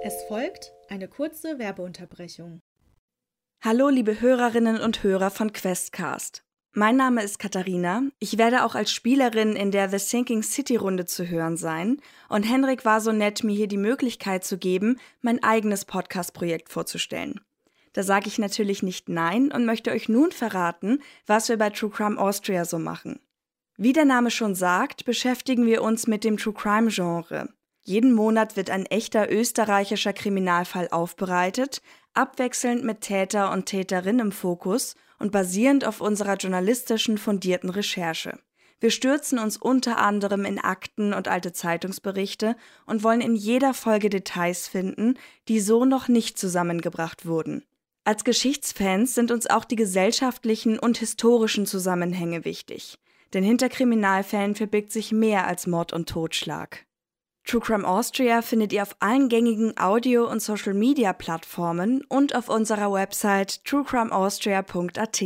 Es folgt eine kurze Werbeunterbrechung. Hallo liebe Hörerinnen und Hörer von Questcast. Mein Name ist Katharina. Ich werde auch als Spielerin in der The Sinking City Runde zu hören sein. Und Henrik war so nett, mir hier die Möglichkeit zu geben, mein eigenes Podcast-Projekt vorzustellen. Da sage ich natürlich nicht nein und möchte euch nun verraten, was wir bei True Crime Austria so machen. Wie der Name schon sagt, beschäftigen wir uns mit dem True Crime Genre. Jeden Monat wird ein echter österreichischer Kriminalfall aufbereitet, abwechselnd mit Täter und Täterin im Fokus und basierend auf unserer journalistischen fundierten Recherche. Wir stürzen uns unter anderem in Akten und alte Zeitungsberichte und wollen in jeder Folge Details finden, die so noch nicht zusammengebracht wurden. Als Geschichtsfans sind uns auch die gesellschaftlichen und historischen Zusammenhänge wichtig, denn hinter Kriminalfällen verbirgt sich mehr als Mord und Totschlag. True Crime Austria findet ihr auf allen gängigen Audio- und Social-Media-Plattformen und auf unserer Website truecrimeaustria.at.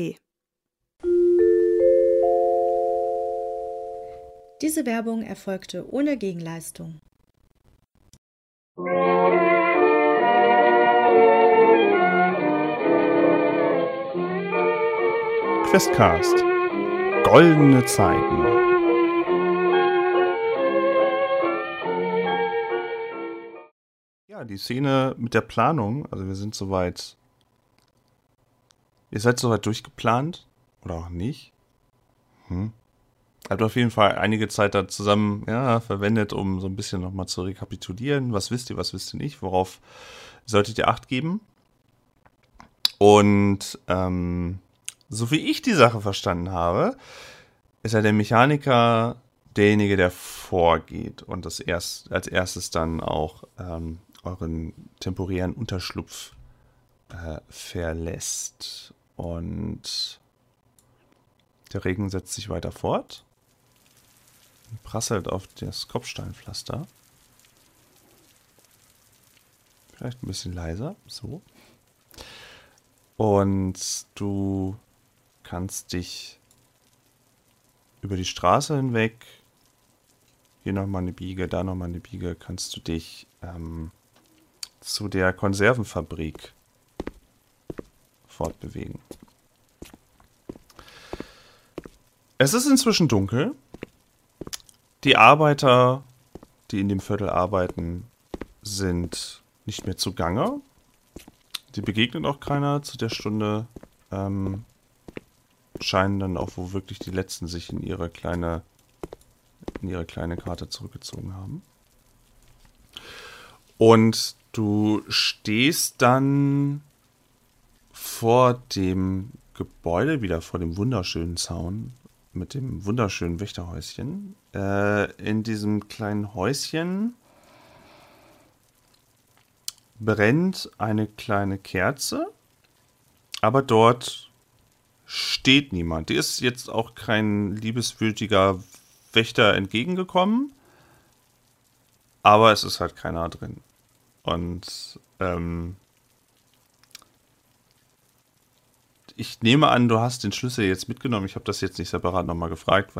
Diese Werbung erfolgte ohne Gegenleistung. Questcast. Goldene Zeiten. Ja, die Szene mit der Planung, also wir sind soweit. Ihr seid soweit durchgeplant? Oder auch nicht? Habt auf jeden Fall einige Zeit da zusammen verwendet, um so ein bisschen nochmal zu rekapitulieren. Was wisst ihr nicht? Worauf solltet ihr Acht geben? Und so wie ich die Sache verstanden habe, ist ja der Mechaniker derjenige, der vorgeht und als erstes dann auch euren temporären Unterschlupf verlässt. Und der Regen setzt sich weiter fort und prasselt auf das Kopfsteinpflaster. Vielleicht ein bisschen leiser, so. Und du kannst dich über die Straße hinweg, hier nochmal eine Biege, da nochmal eine Biege, kannst du dich zu der Konservenfabrik fortbewegen. Es ist inzwischen dunkel. Die Arbeiter, die in dem Viertel arbeiten, sind nicht mehr zugange. Die begegnet auch keiner zu der Stunde. Scheinen dann auch, wo wirklich die Letzten sich in ihre kleine Karte zurückgezogen haben. Und du stehst dann vor dem Gebäude, wieder vor dem wunderschönen Zaun, mit dem wunderschönen Wächterhäuschen. In diesem kleinen Häuschen brennt eine kleine Kerze, aber dort steht niemand. Dir ist jetzt auch kein liebeswürdiger Wächter entgegengekommen, aber es ist halt keiner drin. Und ich nehme an, du hast den Schlüssel jetzt mitgenommen. Ich habe das jetzt nicht separat nochmal gefragt,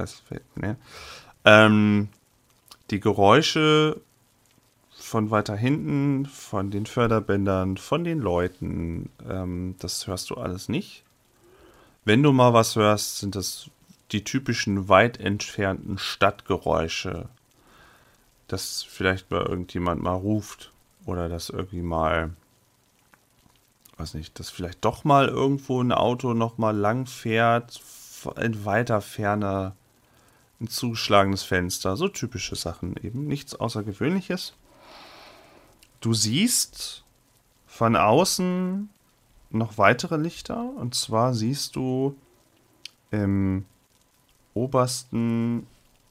die Geräusche von weiter hinten, von den Förderbändern, von den Leuten, das hörst du alles nicht. Wenn du mal was hörst, sind das die typischen weit entfernten Stadtgeräusche, dass vielleicht mal irgendjemand mal ruft oder dass irgendwie mal, weiß nicht, dass vielleicht doch mal irgendwo ein Auto noch mal lang fährt, in weiter Ferne ein zugeschlagenes Fenster, so typische Sachen eben, nichts Außergewöhnliches. Du siehst von außen noch weitere Lichter, und zwar siehst du im obersten?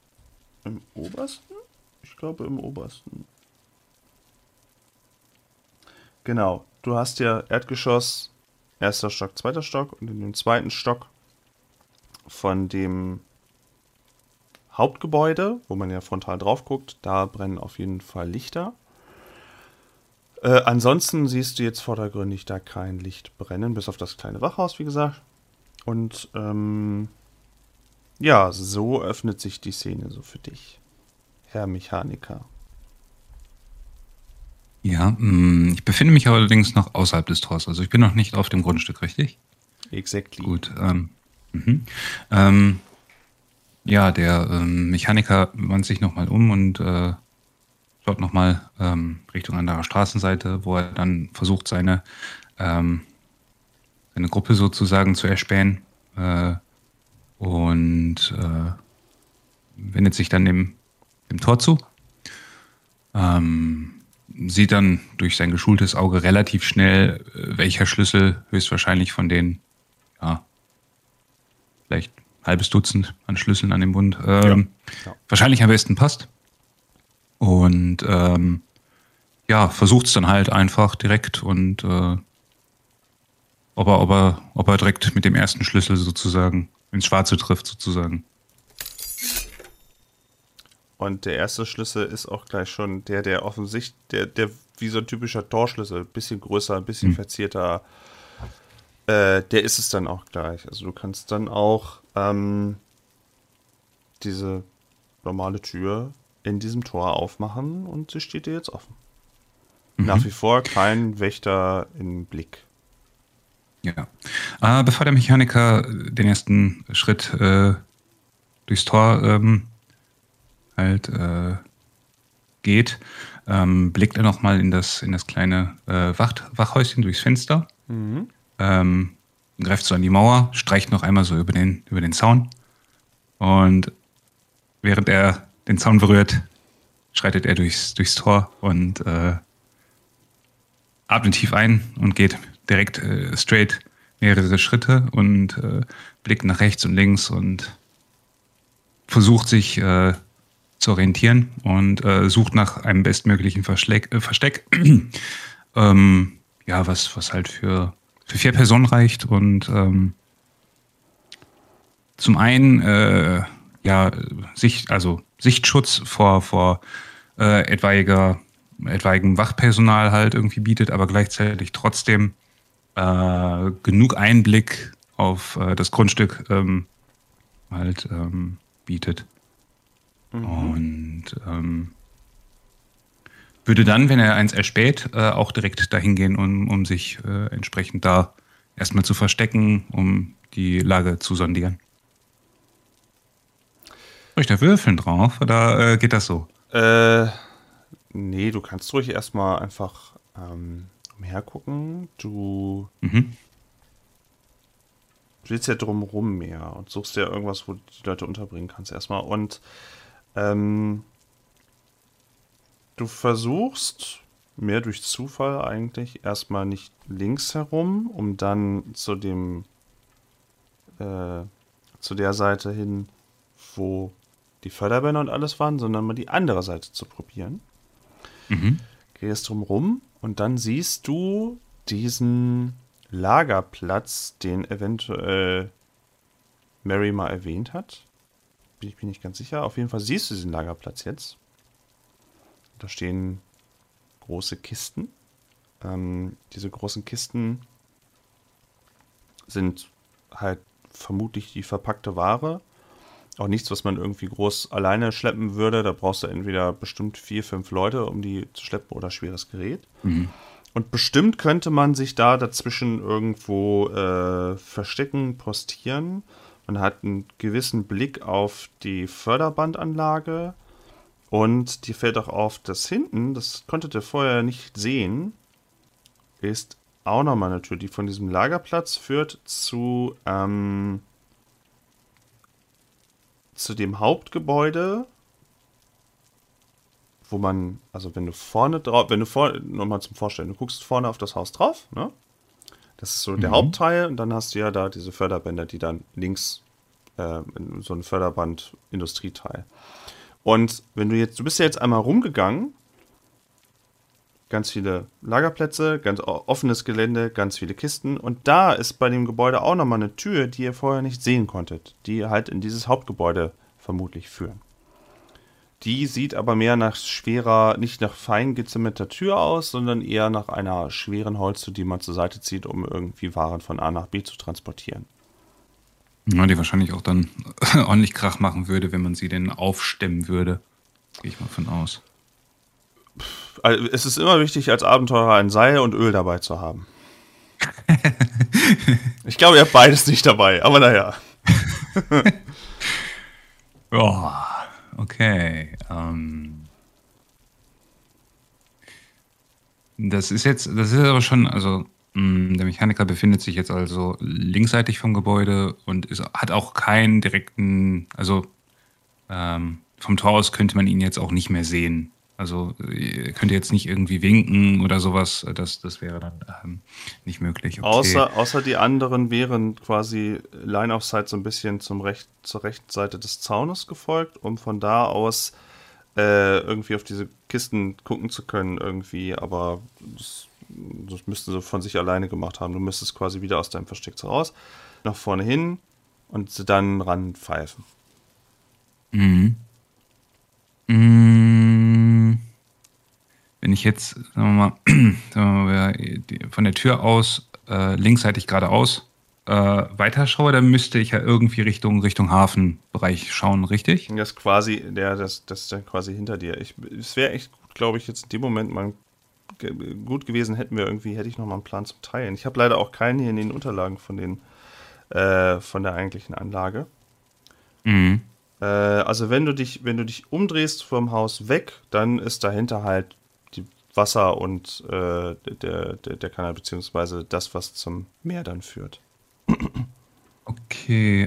Ich glaube im obersten. Genau, du hast ja Erdgeschoss, erster Stock, zweiter Stock, und in dem zweiten Stock von dem Hauptgebäude, wo man ja frontal drauf guckt, da brennen auf jeden Fall Lichter. Ansonsten siehst du jetzt vordergründig da kein Licht brennen, bis auf das kleine Wachhaus, wie gesagt. Und ja, so öffnet sich die Szene so für dich, Herr Mechaniker. Ja, ich befinde mich allerdings noch außerhalb des Tors. Also ich bin noch nicht auf dem Grundstück, richtig? Exactly. Gut. Mhm. Ähm, ja, der Mechaniker wandt sich nochmal um und schaut nochmal Richtung anderer Straßenseite, wo er dann versucht, seine Gruppe sozusagen zu erspähen. Und wendet sich dann dem Tor zu. Sieht dann durch sein geschultes Auge relativ schnell, welcher Schlüssel höchstwahrscheinlich von den, ja, vielleicht halbes Dutzend an Schlüsseln an dem Bund wahrscheinlich am besten passt. Und ja, versucht es dann halt einfach direkt und ob er direkt mit dem ersten Schlüssel sozusagen ins Schwarze trifft, sozusagen. Und der erste Schlüssel ist auch gleich schon der offensichtlich, der wie so ein typischer Torschlüssel, ein bisschen größer, ein bisschen verzierter, der ist es dann auch gleich. Also du kannst dann auch diese normale Tür in diesem Tor aufmachen und sie steht dir jetzt offen. Nach wie vor kein Wächter im Blick. Ja. Bevor der Mechaniker den ersten Schritt durchs Tor geht, blickt er nochmal in das kleine Wachhäuschen durchs Fenster, greift so an die Mauer, streicht noch einmal so über den Zaun und während er den Zaun berührt, schreitet er durchs Tor und atmet tief ein und geht direkt straight mehrere Schritte und blickt nach rechts und links und versucht sich zu orientieren und sucht nach einem bestmöglichen Versteck. Ja, was halt für 4 Personen reicht und zum einen Sichtschutz vor etwaigem Wachpersonal halt irgendwie bietet, aber gleichzeitig trotzdem genug Einblick auf das Grundstück bietet. Und würde dann, wenn er eins erspäht, auch direkt dahin gehen, um sich entsprechend da erstmal zu verstecken, um die Lage zu sondieren. Soll ich da würfeln drauf oder geht das so? Nee, du kannst ruhig erstmal einfach umhergucken. Du willst ja drumherum mehr und suchst ja irgendwas, wo du die Leute unterbringen kannst erstmal. Und du versuchst mehr durch Zufall eigentlich erstmal nicht links herum, um dann zu der Seite hin, wo die Förderbänder und alles waren, sondern mal die andere Seite zu probieren. Gehst drumherum und dann siehst du diesen Lagerplatz, den eventuell Mary mal erwähnt hat. Ich bin nicht ganz sicher. Auf jeden Fall siehst du diesen Lagerplatz jetzt. Da stehen große Kisten. Diese großen Kisten sind halt vermutlich die verpackte Ware. Auch nichts, was man irgendwie groß alleine schleppen würde. Da brauchst du entweder bestimmt 4, 5 Leute, um die zu schleppen oder schweres Gerät. Und bestimmt könnte man sich da dazwischen irgendwo verstecken, postieren. Man hat einen gewissen Blick auf die Förderbandanlage und dir fällt auch auf, dass hinten, das konntet ihr vorher nicht sehen, ist auch nochmal eine Tür, die von diesem Lagerplatz führt zu dem Hauptgebäude, wo man, also wenn du vorne, nochmal zum Vorstellen, du guckst vorne auf das Haus drauf, ne? Das ist so der Hauptteil und dann hast du ja da diese Förderbänder, die dann links, so ein Förderband-Industrieteil. Und du bist ja jetzt einmal rumgegangen, ganz viele Lagerplätze, ganz offenes Gelände, ganz viele Kisten und da ist bei dem Gebäude auch nochmal eine Tür, die ihr vorher nicht sehen konntet, die halt in dieses Hauptgebäude vermutlich führen. Die sieht aber mehr nach nicht nach fein gezimmerter Tür aus, sondern eher nach einer schweren Holztür, die man zur Seite zieht, um irgendwie Waren von A nach B zu transportieren. Ja, die wahrscheinlich auch dann ordentlich Krach machen würde, wenn man sie denn aufstemmen würde. Gehe ich mal von aus. Also es ist immer wichtig, als Abenteurer ein Seil und Öl dabei zu haben. Ich glaube, ihr habt beides nicht dabei, aber naja. Oh, okay. Das ist aber schon, also der Mechaniker befindet sich jetzt also linksseitig vom Gebäude und hat auch keinen direkten, also vom Tor aus könnte man ihn jetzt auch nicht mehr sehen. Also ihr könnt jetzt nicht irgendwie winken oder sowas, das wäre dann nicht möglich. Okay. Außer die anderen wären quasi Line of Sight so ein bisschen zur rechten Seite des Zaunes gefolgt, um von da aus irgendwie auf diese Kisten gucken zu können irgendwie, aber das müssten sie von sich alleine gemacht haben. Du müsstest quasi wieder aus deinem Versteck raus, nach vorne hin und dann ranpfeifen. Mhm. Wenn ich jetzt, sagen wir mal von der Tür aus, linksseitig geradeaus, weiterschaue, dann müsste ich ja irgendwie Richtung Hafenbereich schauen, richtig? Das ist quasi, das ist dann quasi hinter dir. Es wäre echt gut, glaube ich, jetzt in dem Moment mal gut gewesen, hätte ich noch mal einen Plan zum Teilen. Ich habe leider auch keinen hier in den Unterlagen von der eigentlichen Anlage. Mhm. Also wenn du dich umdrehst vom Haus weg, dann ist dahinter halt die Wasser und der Kanal, beziehungsweise das, was zum Meer dann führt. Okay,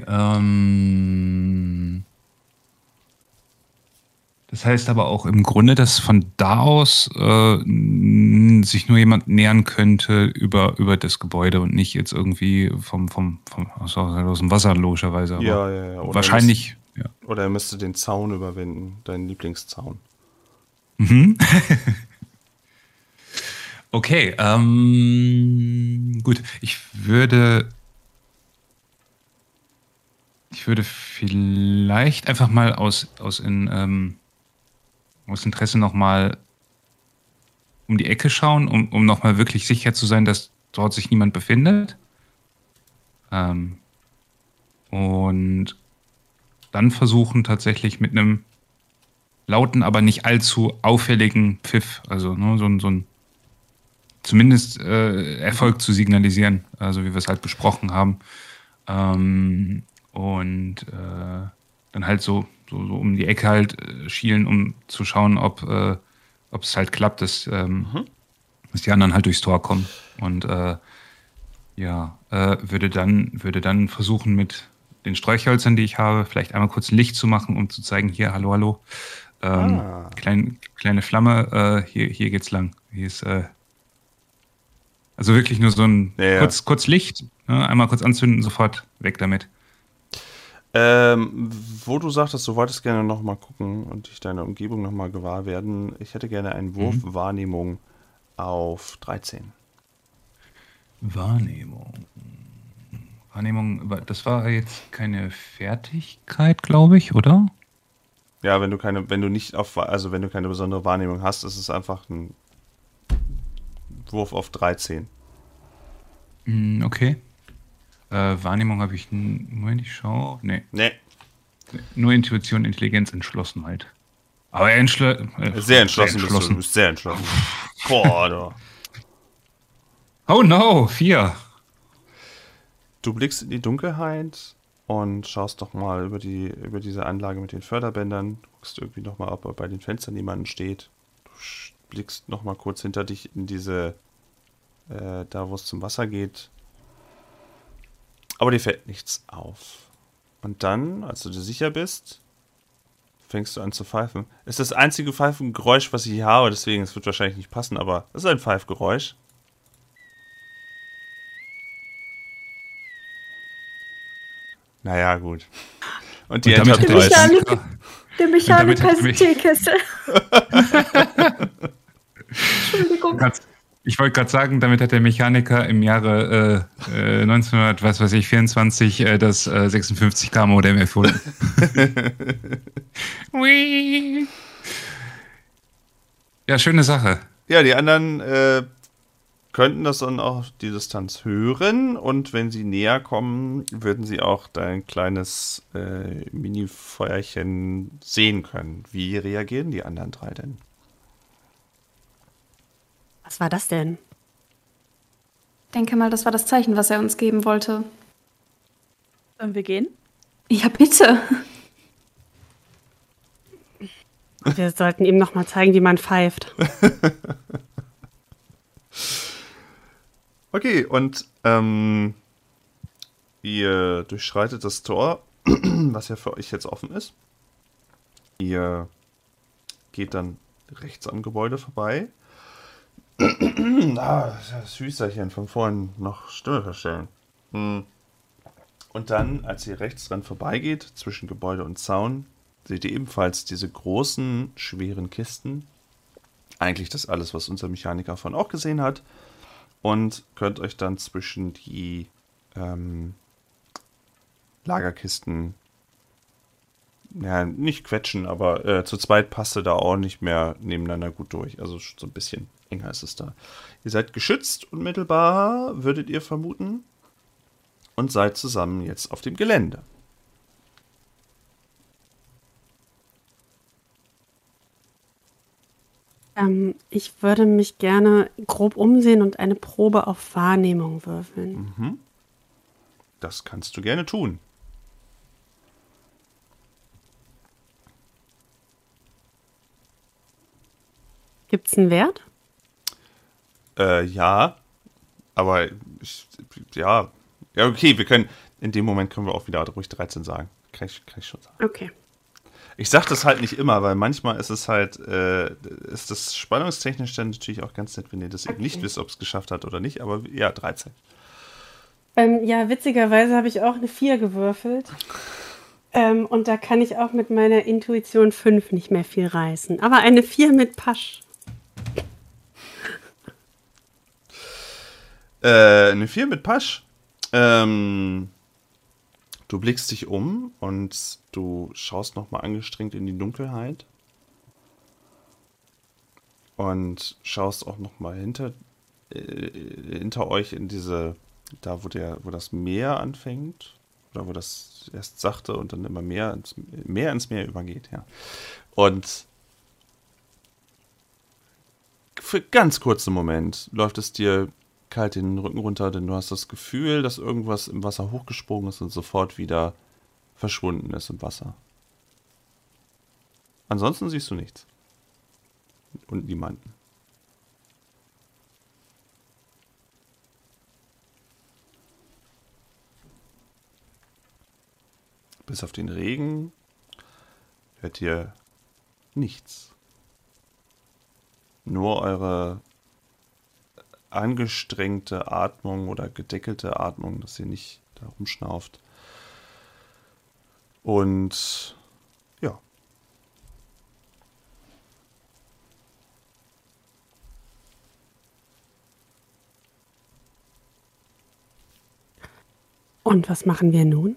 das heißt aber auch im Grunde, dass von da aus sich nur jemand nähern könnte über das Gebäude und nicht jetzt irgendwie aus dem Wasser logischerweise. Aber Ja. wahrscheinlich. Ja. Oder er müsste den Zaun überwinden, deinen Lieblingszaun. Mhm. Okay, gut. Ich würde vielleicht einfach mal aus Interesse nochmal um die Ecke schauen, um nochmal wirklich sicher zu sein, dass dort sich niemand befindet. Und dann versuchen tatsächlich mit einem lauten, aber nicht allzu auffälligen Pfiff, also ne, so ein zumindest Erfolg zu signalisieren, also wie wir es halt besprochen haben. Und dann halt so um die Ecke halt schielen, um zu schauen, ob es halt klappt, dass die anderen halt durchs Tor kommen. Und würde dann versuchen, mit den Streichhölzern, die ich habe, vielleicht einmal kurz Licht zu machen, um zu zeigen, hier, hallo. Kleine Flamme, hier geht's lang. Hier ist also wirklich nur so ein kurz Licht, ne? Einmal kurz anzünden, sofort weg damit. Wo du sagtest, du wolltest gerne noch mal gucken und dich deiner Umgebung noch mal gewahr werden, ich hätte gerne einen Wurf Wahrnehmung auf 13. Wahrnehmung, das war jetzt keine Fertigkeit, glaube ich, oder? Ja, wenn du keine besondere Wahrnehmung hast, ist es einfach ein Wurf auf 13. Okay. Wahrnehmung habe ich. Moment, ich schau. Nee. Nur Intuition, Intelligenz, Entschlossenheit. Aber sehr entschlossen. Du bist sehr entschlossen. Boah, du. Oh no, 4. Du blickst in die Dunkelheit und schaust doch mal über diese Anlage mit den Förderbändern. Du guckst irgendwie noch mal, ob bei den Fenstern jemand steht. Du blickst noch mal kurz hinter dich in diese, da wo es zum Wasser geht. Aber dir fällt nichts auf. Und dann, als du dir sicher bist, fängst du an zu pfeifen. Es ist das einzige Pfeifengeräusch, was ich hier habe, deswegen, es wird wahrscheinlich nicht passen, aber es ist ein Pfeifgeräusch. Naja, gut. Und die Enterprise. Der Mechaniker ist Teekessel. Entschuldigung. Ich wollte gerade sagen, damit hat der Mechaniker im Jahre 1924 das 56K-Modem erfunden. Ja, schöne Sache. Ja, die anderen könnten das dann auch die Distanz hören und wenn sie näher kommen, würden sie auch dein kleines Mini-Feuerchen sehen können. Wie reagieren die anderen drei denn? Was war das denn? Denke mal, das war das Zeichen, was er uns geben wollte. Sollen wir gehen? Ja, bitte. Wir sollten ihm noch mal zeigen, wie man pfeift. Okay, und ihr durchschreitet das Tor, was ja für euch jetzt offen ist. Ihr geht dann rechts am Gebäude vorbei. Das Hüsterchen von vorhin noch Stimme verstellen. Und dann, als ihr rechts dran vorbeigeht, zwischen Gebäude und Zaun, seht ihr ebenfalls diese großen, schweren Kisten. Eigentlich das alles, was unser Mechaniker von auch gesehen hat. Und könnt euch dann zwischen die Lagerkisten, ja, nicht quetschen, aber zu zweit passt ihr da auch nicht mehr nebeneinander gut durch. Also so ein bisschen enger ist es da. Ihr seid geschützt unmittelbar, würdet ihr vermuten. Und seid zusammen jetzt auf dem Gelände. Ich würde mich gerne grob umsehen und eine Probe auf Wahrnehmung würfeln. Das kannst du gerne tun. Gibt's einen Wert? Ja, aber ja, okay, in dem Moment können wir auch wieder ruhig 13 sagen. Kann ich schon sagen. Okay. Ich sage das halt nicht immer, weil manchmal ist es halt, ist das spannungstechnisch dann natürlich auch ganz nett, wenn ihr das eben nicht wisst, ob es geschafft hat oder nicht, aber ja, 13. Ja, witzigerweise habe ich auch eine 4 gewürfelt. Und da kann ich auch mit meiner Intuition 5 nicht mehr viel reißen. Aber eine 4 mit Pasch. Eine 4 mit Pasch. Du blickst dich um und du schaust nochmal angestrengt in die Dunkelheit. Und schaust auch nochmal hinter euch in diese, da wo das Meer anfängt. Oder wo das erst sachte und dann immer mehr ins Meer übergeht, ja. Und für ganz kurzen Moment läuft es dir kalt den Rücken runter, denn du hast das Gefühl, dass irgendwas im Wasser hochgesprungen ist und sofort wieder verschwunden ist im Wasser. Ansonsten siehst du nichts. Und niemanden. Bis auf den Regen hört ihr nichts. Nur eure angestrengte Atmung oder gedeckelte Atmung, dass ihr nicht da rumschnauft. Und ja. Und was machen wir nun?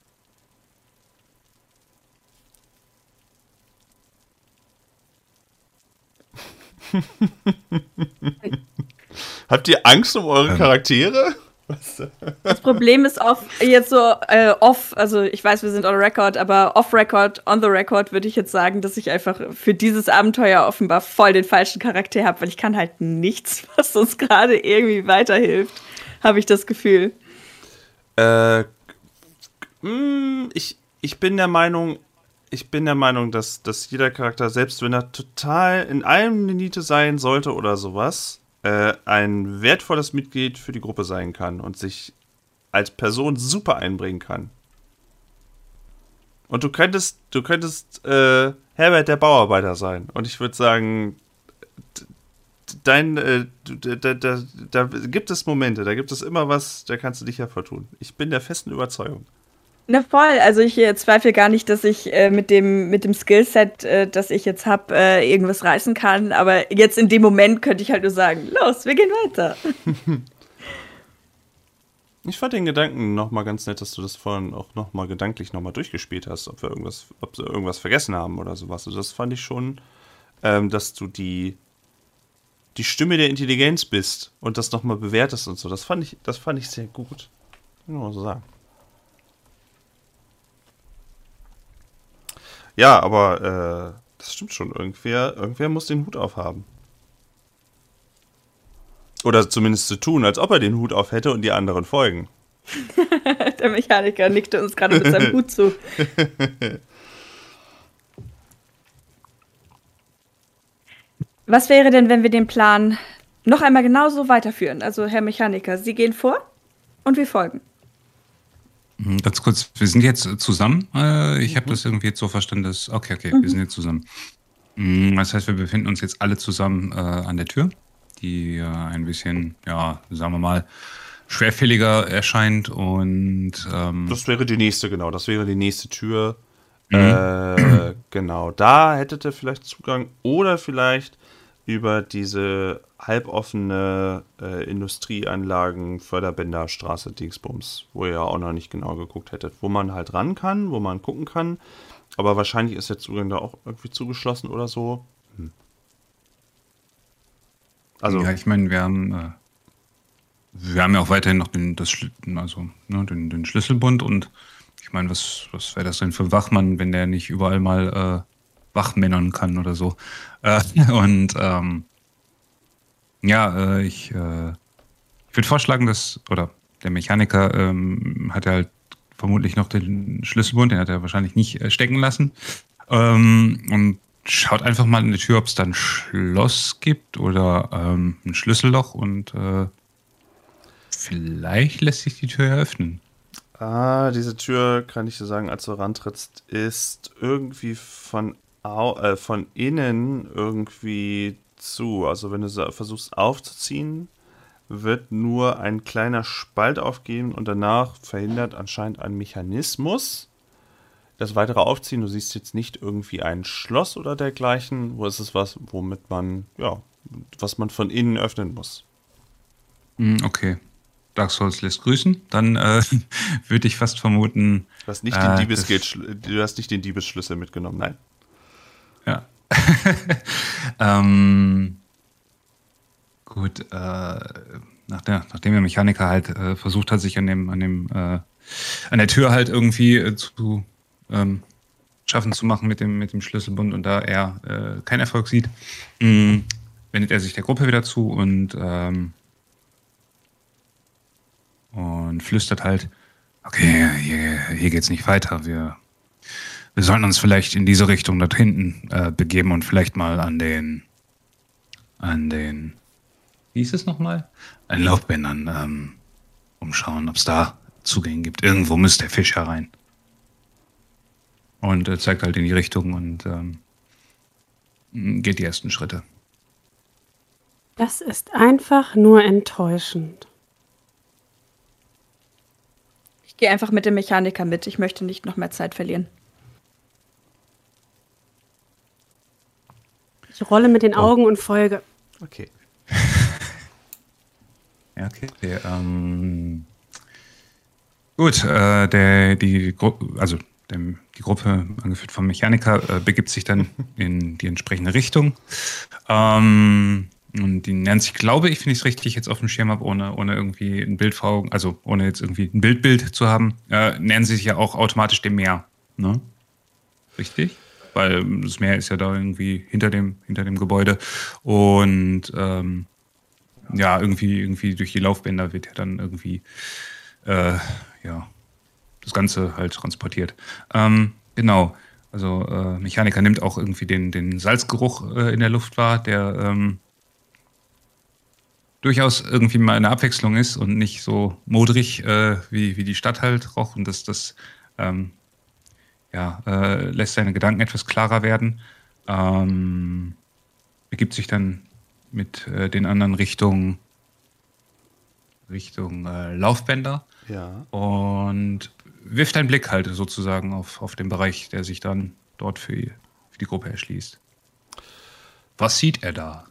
Habt ihr Angst um eure Charaktere? Das Problem ist jetzt so also ich weiß, wir sind on record, aber off-record, on the record würde ich jetzt sagen, dass ich einfach für dieses Abenteuer offenbar voll den falschen Charakter habe, weil ich kann halt nichts, was uns gerade irgendwie weiterhilft, habe ich das Gefühl. Ich bin der Meinung, dass jeder Charakter, selbst wenn er total in allem eine Niete sein sollte oder sowas, ein wertvolles Mitglied für die Gruppe sein kann und sich als Person super einbringen kann. Und du könntest Herbert der Bauarbeiter sein. Und ich würde sagen, da gibt es Momente, da gibt es immer was, da kannst du dich hervortun. Ich bin der festen Überzeugung. Na voll, also ich zweifle gar nicht, dass ich mit dem Skillset, das ich jetzt habe, irgendwas reißen kann, aber jetzt in dem Moment könnte ich halt nur sagen, los, wir gehen weiter. Ich fand den Gedanken nochmal ganz nett, dass du das vorhin auch nochmal gedanklich nochmal durchgespielt hast, ob sie irgendwas vergessen haben oder sowas. Also das fand ich schon, dass du die Stimme der Intelligenz bist und das nochmal bewertest und so. Das fand ich sehr gut. Kann ich mal so sagen. Ja, aber das stimmt schon. Irgendwer muss den Hut aufhaben. Oder zumindest zu tun, als ob er den Hut auf hätte und die anderen folgen. Der Mechaniker nickte uns gerade mit seinem Hut zu. Was wäre denn, wenn wir den Plan noch einmal genauso weiterführen? Also, Herr Mechaniker, Sie gehen vor und wir folgen. Ganz kurz, wir sind jetzt zusammen. Ich habe das irgendwie jetzt so verstanden, dass. Okay, wir sind jetzt zusammen. Das heißt, wir befinden uns jetzt alle zusammen an der Tür, die ein bisschen, ja, sagen wir mal, schwerfälliger erscheint und. Das wäre die nächste, genau. Das wäre die nächste Tür. Genau, da hättet ihr vielleicht Zugang oder vielleicht über diese halboffene Industrieanlagen, Förderbänderstraße, Dingsbums, wo ihr ja auch noch nicht genau geguckt hättet, wo man halt ran kann, wo man gucken kann. Aber wahrscheinlich ist der Zugang da auch irgendwie zugeschlossen oder so. Also, ja, ich meine, wir haben ja auch weiterhin noch den Schlüsselbund und ich meine, was wäre das denn für ein Wachmann, wenn der nicht überall mal wachmännern kann oder so. Ich würde vorschlagen, oder der Mechaniker hat ja halt vermutlich noch den Schlüsselbund, den hat er wahrscheinlich nicht stecken lassen. Und schaut einfach mal in die Tür, ob es da ein Schloss gibt oder ein Schlüsselloch und vielleicht lässt sich die Tür eröffnen. Diese Tür, kann ich dir sagen, als du rantrittst, ist irgendwie von innen irgendwie zu. Also wenn du versuchst aufzuziehen, wird nur ein kleiner Spalt aufgehen und danach verhindert anscheinend ein Mechanismus das weitere Aufziehen. Du siehst jetzt nicht irgendwie ein Schloss oder dergleichen. Wo ist es was man von innen öffnen muss? Okay. Dark Souls lässt grüßen. Dann würde ich fast vermuten... Du hast nicht den Diebesschlüssel mitgenommen, nein. Ja. Gut, nachdem der Mechaniker halt versucht hat, sich an der Tür halt irgendwie zu schaffen zu machen mit dem Schlüsselbund und da er keinen Erfolg sieht, wendet er sich der Gruppe wieder zu und flüstert halt, okay, hier geht's nicht weiter, wir sollten uns vielleicht in diese Richtung dort hinten begeben und vielleicht mal an den, wie hieß es nochmal? An Laufbändern umschauen, ob es da Zugänge gibt. Irgendwo müsste der Fisch herein. Und zeigt halt in die Richtung und geht die ersten Schritte. Das ist einfach nur enttäuschend. Ich gehe einfach mit dem Mechaniker mit. Ich möchte nicht noch mehr Zeit verlieren. Ich rolle mit den Augen und folge. Okay. Ja, okay. Gut, die Gruppe, angeführt vom Mechaniker, begibt sich dann in die entsprechende Richtung. Und die nennen sich, glaube ich, wenn ich es richtig jetzt auf dem Schirm habe, ohne irgendwie ein Bild vor Augen, also ohne jetzt irgendwie ein Bildbild zu haben, nähern sie sich ja auch automatisch dem Meer. Ne? Richtig? Weil das Meer ist ja da irgendwie hinter dem Gebäude. Und irgendwie durch die Laufbänder wird ja dann irgendwie das Ganze halt transportiert. Genau. Also Mechaniker nimmt auch irgendwie den Salzgeruch in der Luft wahr, der durchaus irgendwie mal eine Abwechslung ist und nicht so modrig wie die Stadt halt roch. Und das lässt seine Gedanken etwas klarer werden. Begibt sich dann mit den anderen Richtung Laufbänder. Ja. Und wirft einen Blick halt sozusagen auf den Bereich, der sich dann dort für die Gruppe erschließt. Was sieht er da?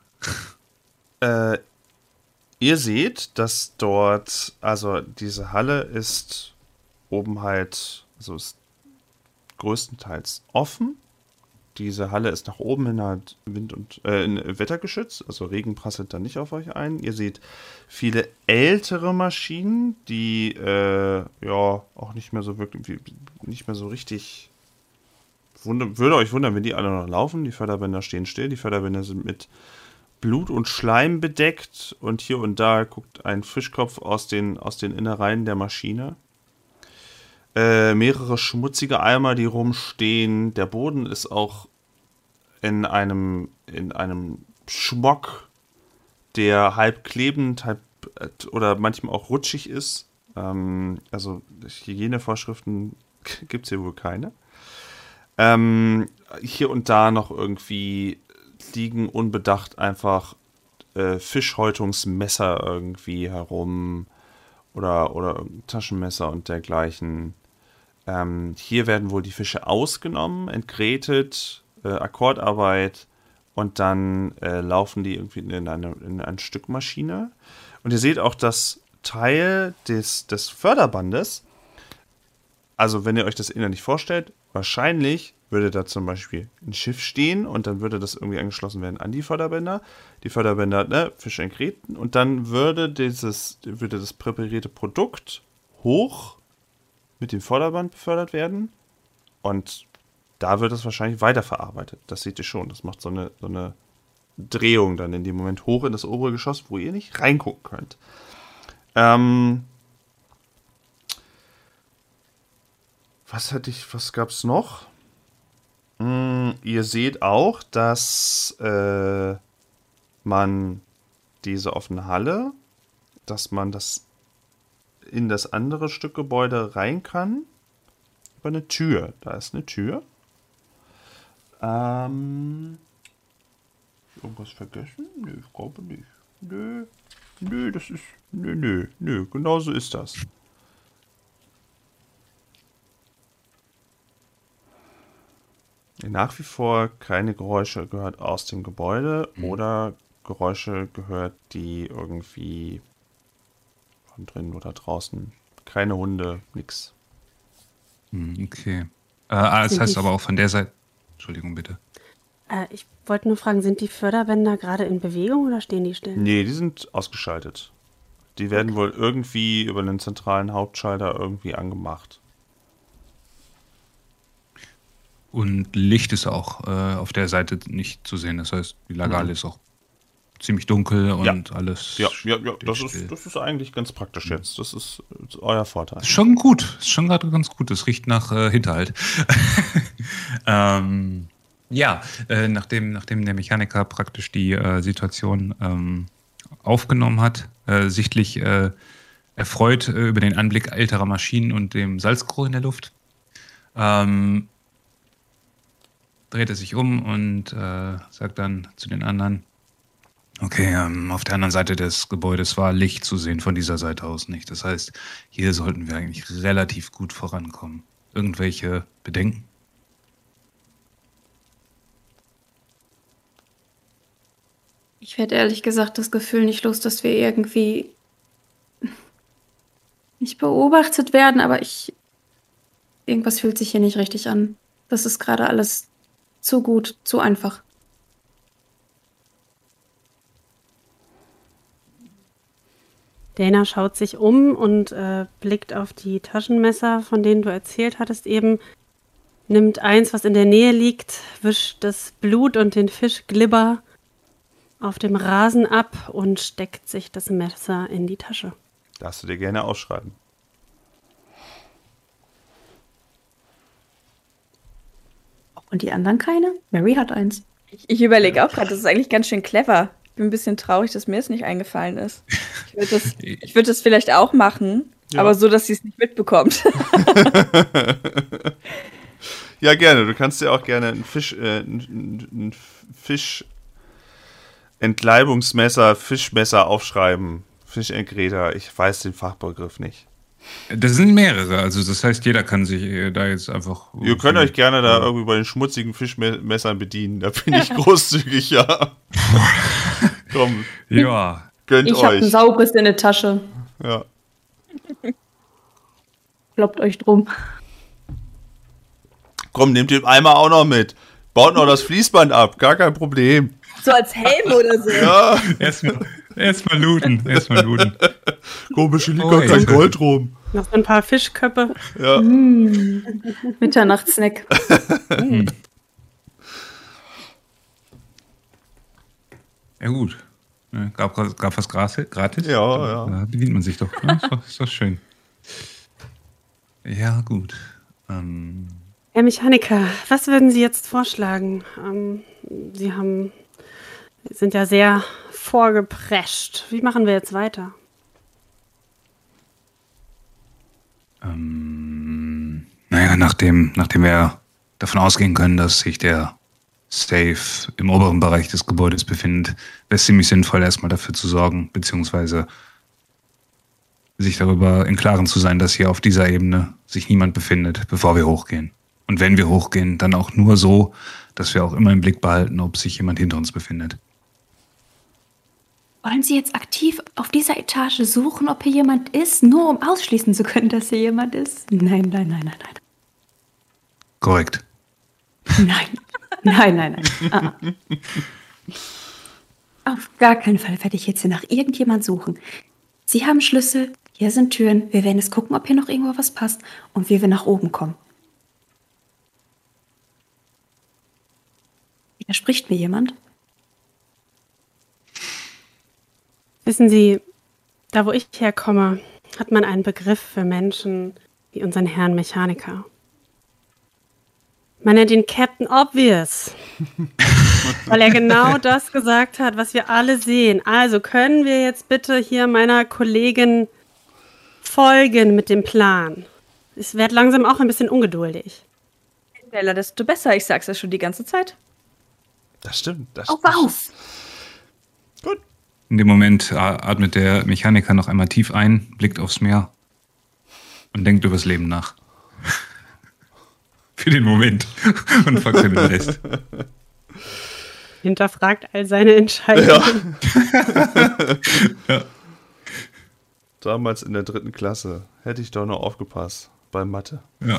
Ihr seht, dass dort, also diese Halle ist oben halt, also ist größtenteils offen. Diese Halle ist nach oben hin halt wettergeschützt, also Regen prasselt da nicht auf euch ein. Ihr seht viele ältere Maschinen, die auch nicht mehr so wirklich, nicht mehr so richtig. Würde euch wundern, wenn die alle noch laufen. Die Förderbänder stehen still. Die Förderbänder sind mit Blut und Schleim bedeckt und hier und da guckt ein Fischkopf aus den Innereien der Maschine. Mehrere schmutzige Eimer, die rumstehen. Der Boden ist auch in einem Schmock, der halb klebend, halb oder manchmal auch rutschig ist. Also Hygienevorschriften gibt es hier wohl keine. Hier und da noch irgendwie liegen unbedacht einfach Fischhäutungsmesser irgendwie herum oder Taschenmesser und dergleichen. Hier werden wohl die Fische ausgenommen, entgrätet, Akkordarbeit und dann laufen die irgendwie in eine Stückmaschine. Und ihr seht auch das Teil des Förderbandes. Also wenn ihr euch das innerlich vorstellt, wahrscheinlich würde da zum Beispiel ein Schiff stehen und dann würde das irgendwie angeschlossen werden an die Förderbänder. Die Förderbänder, Fische entgräten und dann würde das präparierte Produkt hoch mit dem Förderband befördert werden und da wird es wahrscheinlich weiterverarbeitet. Das seht ihr schon. Das macht so eine Drehung dann in dem Moment hoch in das obere Geschoss, wo ihr nicht reingucken könnt. Was gab's noch? Ihr seht auch, dass man diese offene Halle, dass man das in das andere Stück Gebäude rein kann. Über eine Tür. Da ist eine Tür. Irgendwas vergessen? Nö, ich glaube nicht. Nö, das ist. Nö, genau so ist das. Nach wie vor keine Geräusche gehört aus dem Gebäude oder Geräusche gehört, die irgendwie von drinnen oder draußen. Keine Hunde, nix. Okay. Das heißt aber auch von der Seite. Entschuldigung, bitte. Ich wollte nur fragen, sind die Förderbänder gerade in Bewegung oder stehen die still? Nee, die sind ausgeschaltet. Die werden wohl irgendwie über einen zentralen Hauptschalter irgendwie angemacht. Und Licht ist auch auf der Seite nicht zu sehen. Das heißt, die Lagale ist auch ziemlich dunkel und alles. Ja, das ist eigentlich ganz praktisch jetzt. Das ist euer Vorteil. Ist schon gut. Ist schon gerade ganz gut. Es riecht nach Hinterhalt. Nachdem der Mechaniker praktisch die Situation aufgenommen hat, sichtlich erfreut über den Anblick älterer Maschinen und dem Salzgeruch in der Luft, dreht er sich um und sagt dann zu den anderen, okay, auf der anderen Seite des Gebäudes war Licht zu sehen, von dieser Seite aus nicht. Das heißt, hier sollten wir eigentlich relativ gut vorankommen. Irgendwelche Bedenken? Ich werde ehrlich gesagt das Gefühl nicht los, dass wir irgendwie nicht beobachtet werden, aber irgendwas fühlt sich hier nicht richtig an. Das ist gerade alles zu gut, zu einfach. Dana schaut sich um und blickt auf die Taschenmesser, von denen du erzählt hattest eben, nimmt eins, was in der Nähe liegt, wischt das Blut und den Fischglibber auf dem Rasen ab und steckt sich das Messer in die Tasche. Darfst du dir gerne aufschreiben. Und die anderen keine? Mary hat eins. Ich überlege auch gerade, das ist eigentlich ganz schön clever. Ich bin ein bisschen traurig, dass mir es nicht eingefallen ist. Ich würde das vielleicht auch machen, aber so, dass sie es nicht mitbekommt. Ja, gerne. Du kannst dir auch gerne ein Fischentleibungsmesser, Fischmesser aufschreiben. Fischentgräter. Ich weiß den Fachbegriff nicht. Das sind mehrere. Also das heißt, jeder kann sich da jetzt einfach... Ihr könnt euch gerne da irgendwie bei den schmutzigen Fischmessern bedienen. Da bin ich großzügig, ja. Komm. Ja. Gönnt euch. Ich habe ein saures in der Tasche. Ja. Kloppt euch drum. Komm, nehmt den Eimer auch noch mit. Baut noch das Fließband ab. Gar kein Problem. So als Helm oder so. Ja. Erstmal looten. Komische liegt gar kein Gold rum. Noch so ein paar Fischköpfe. Ja. Ja, gut. Gab was gratis? Ja. Da bedient man sich doch. Ne? Ist doch schön. Ja, gut. Herr Mechaniker, was würden Sie jetzt vorschlagen? Sie sind ja sehr vorgeprescht. Wie machen wir jetzt weiter? Naja, nachdem wir davon ausgehen können, dass sich der Safe im oberen Bereich des Gebäudes befindet, wäre es ziemlich sinnvoll, erstmal dafür zu sorgen, beziehungsweise sich darüber im Klaren zu sein, dass hier auf dieser Ebene sich niemand befindet, bevor wir hochgehen. Und wenn wir hochgehen, dann auch nur so, dass wir auch immer im Blick behalten, ob sich jemand hinter uns befindet. Wollen Sie jetzt aktiv auf dieser Etage suchen, ob hier jemand ist, nur um ausschließen zu können, dass hier jemand ist? Nein. Korrekt. Nein. Auf gar keinen Fall werde ich jetzt hier nach irgendjemand suchen. Sie haben Schlüssel, hier sind Türen. Wir werden jetzt gucken, ob hier noch irgendwo was passt und wie wir nach oben kommen. Widerspricht mir jemand? Wissen Sie, da wo ich herkomme, hat man einen Begriff für Menschen wie unseren Herrn Mechaniker. Man nennt ihn Captain Obvious, weil er genau das gesagt hat, was wir alle sehen. Also können wir jetzt bitte hier meiner Kollegin folgen mit dem Plan. Ich werde langsam auch ein bisschen ungeduldig. Je schneller, desto besser. Ich sag's ja schon die ganze Zeit. Das stimmt. Auf! Gut. In dem Moment atmet der Mechaniker noch einmal tief ein, blickt aufs Meer und denkt übers Leben nach. Für den Moment. Und folgt den Rest. Hinterfragt all seine Entscheidungen. Ja. Damals in der 3. Klasse hätte ich doch noch aufgepasst bei Mathe. Ja.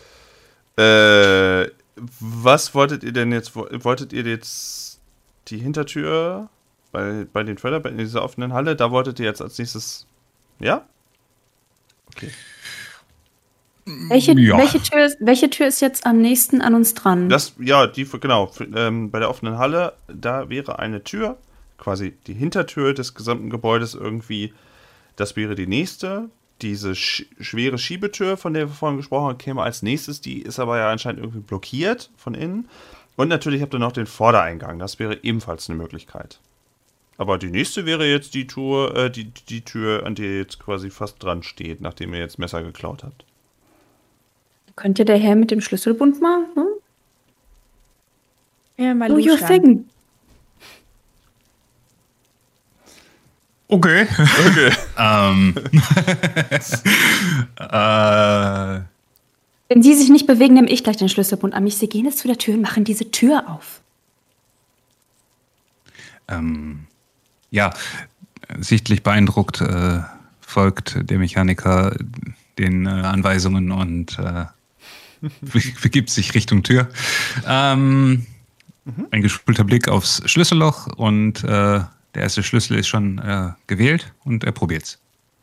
Was wolltet ihr denn jetzt? Wolltet ihr jetzt die Hintertür bei den Förderbänden in dieser offenen Halle? Da wolltet ihr jetzt als nächstes. Ja? Okay. Welche Tür ist jetzt am nächsten an uns dran? Genau. Bei der offenen Halle, da wäre eine Tür, quasi die Hintertür des gesamten Gebäudes irgendwie. Das wäre die nächste. Diese schwere Schiebetür, von der wir vorhin gesprochen haben, käme als nächstes. Die ist aber ja anscheinend irgendwie blockiert von innen. Und natürlich habt ihr noch den Vordereingang. Das wäre ebenfalls eine Möglichkeit. Aber die nächste wäre jetzt die Tür, an der ihr jetzt quasi fast dran steht, nachdem ihr jetzt Messer geklaut habt. Könnte der Herr mit dem Schlüsselbund mal? Hm? Ja, mal Do your luschern. thing. Okay. Wenn Sie sich nicht bewegen, nehme ich gleich den Schlüsselbund an mich. Sie gehen jetzt zu der Tür und machen diese Tür auf. Ja, sichtlich beeindruckt folgt der Mechaniker den Anweisungen und begibt sich Richtung Tür. Ein geschulter Blick aufs Schlüsselloch und der erste Schlüssel ist schon gewählt und er probiert's.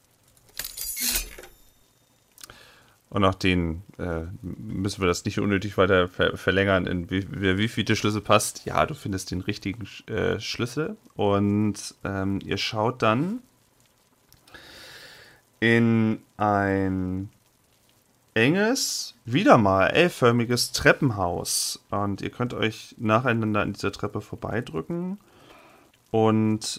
Und nach denen müssen wir das nicht unnötig weiter verlängern, in wie viel der Schlüssel passt. Ja, du findest den richtigen Schlüssel und ihr schaut dann in ein enges, wieder mal L-förmiges Treppenhaus. Und ihr könnt euch nacheinander an dieser Treppe vorbeidrücken und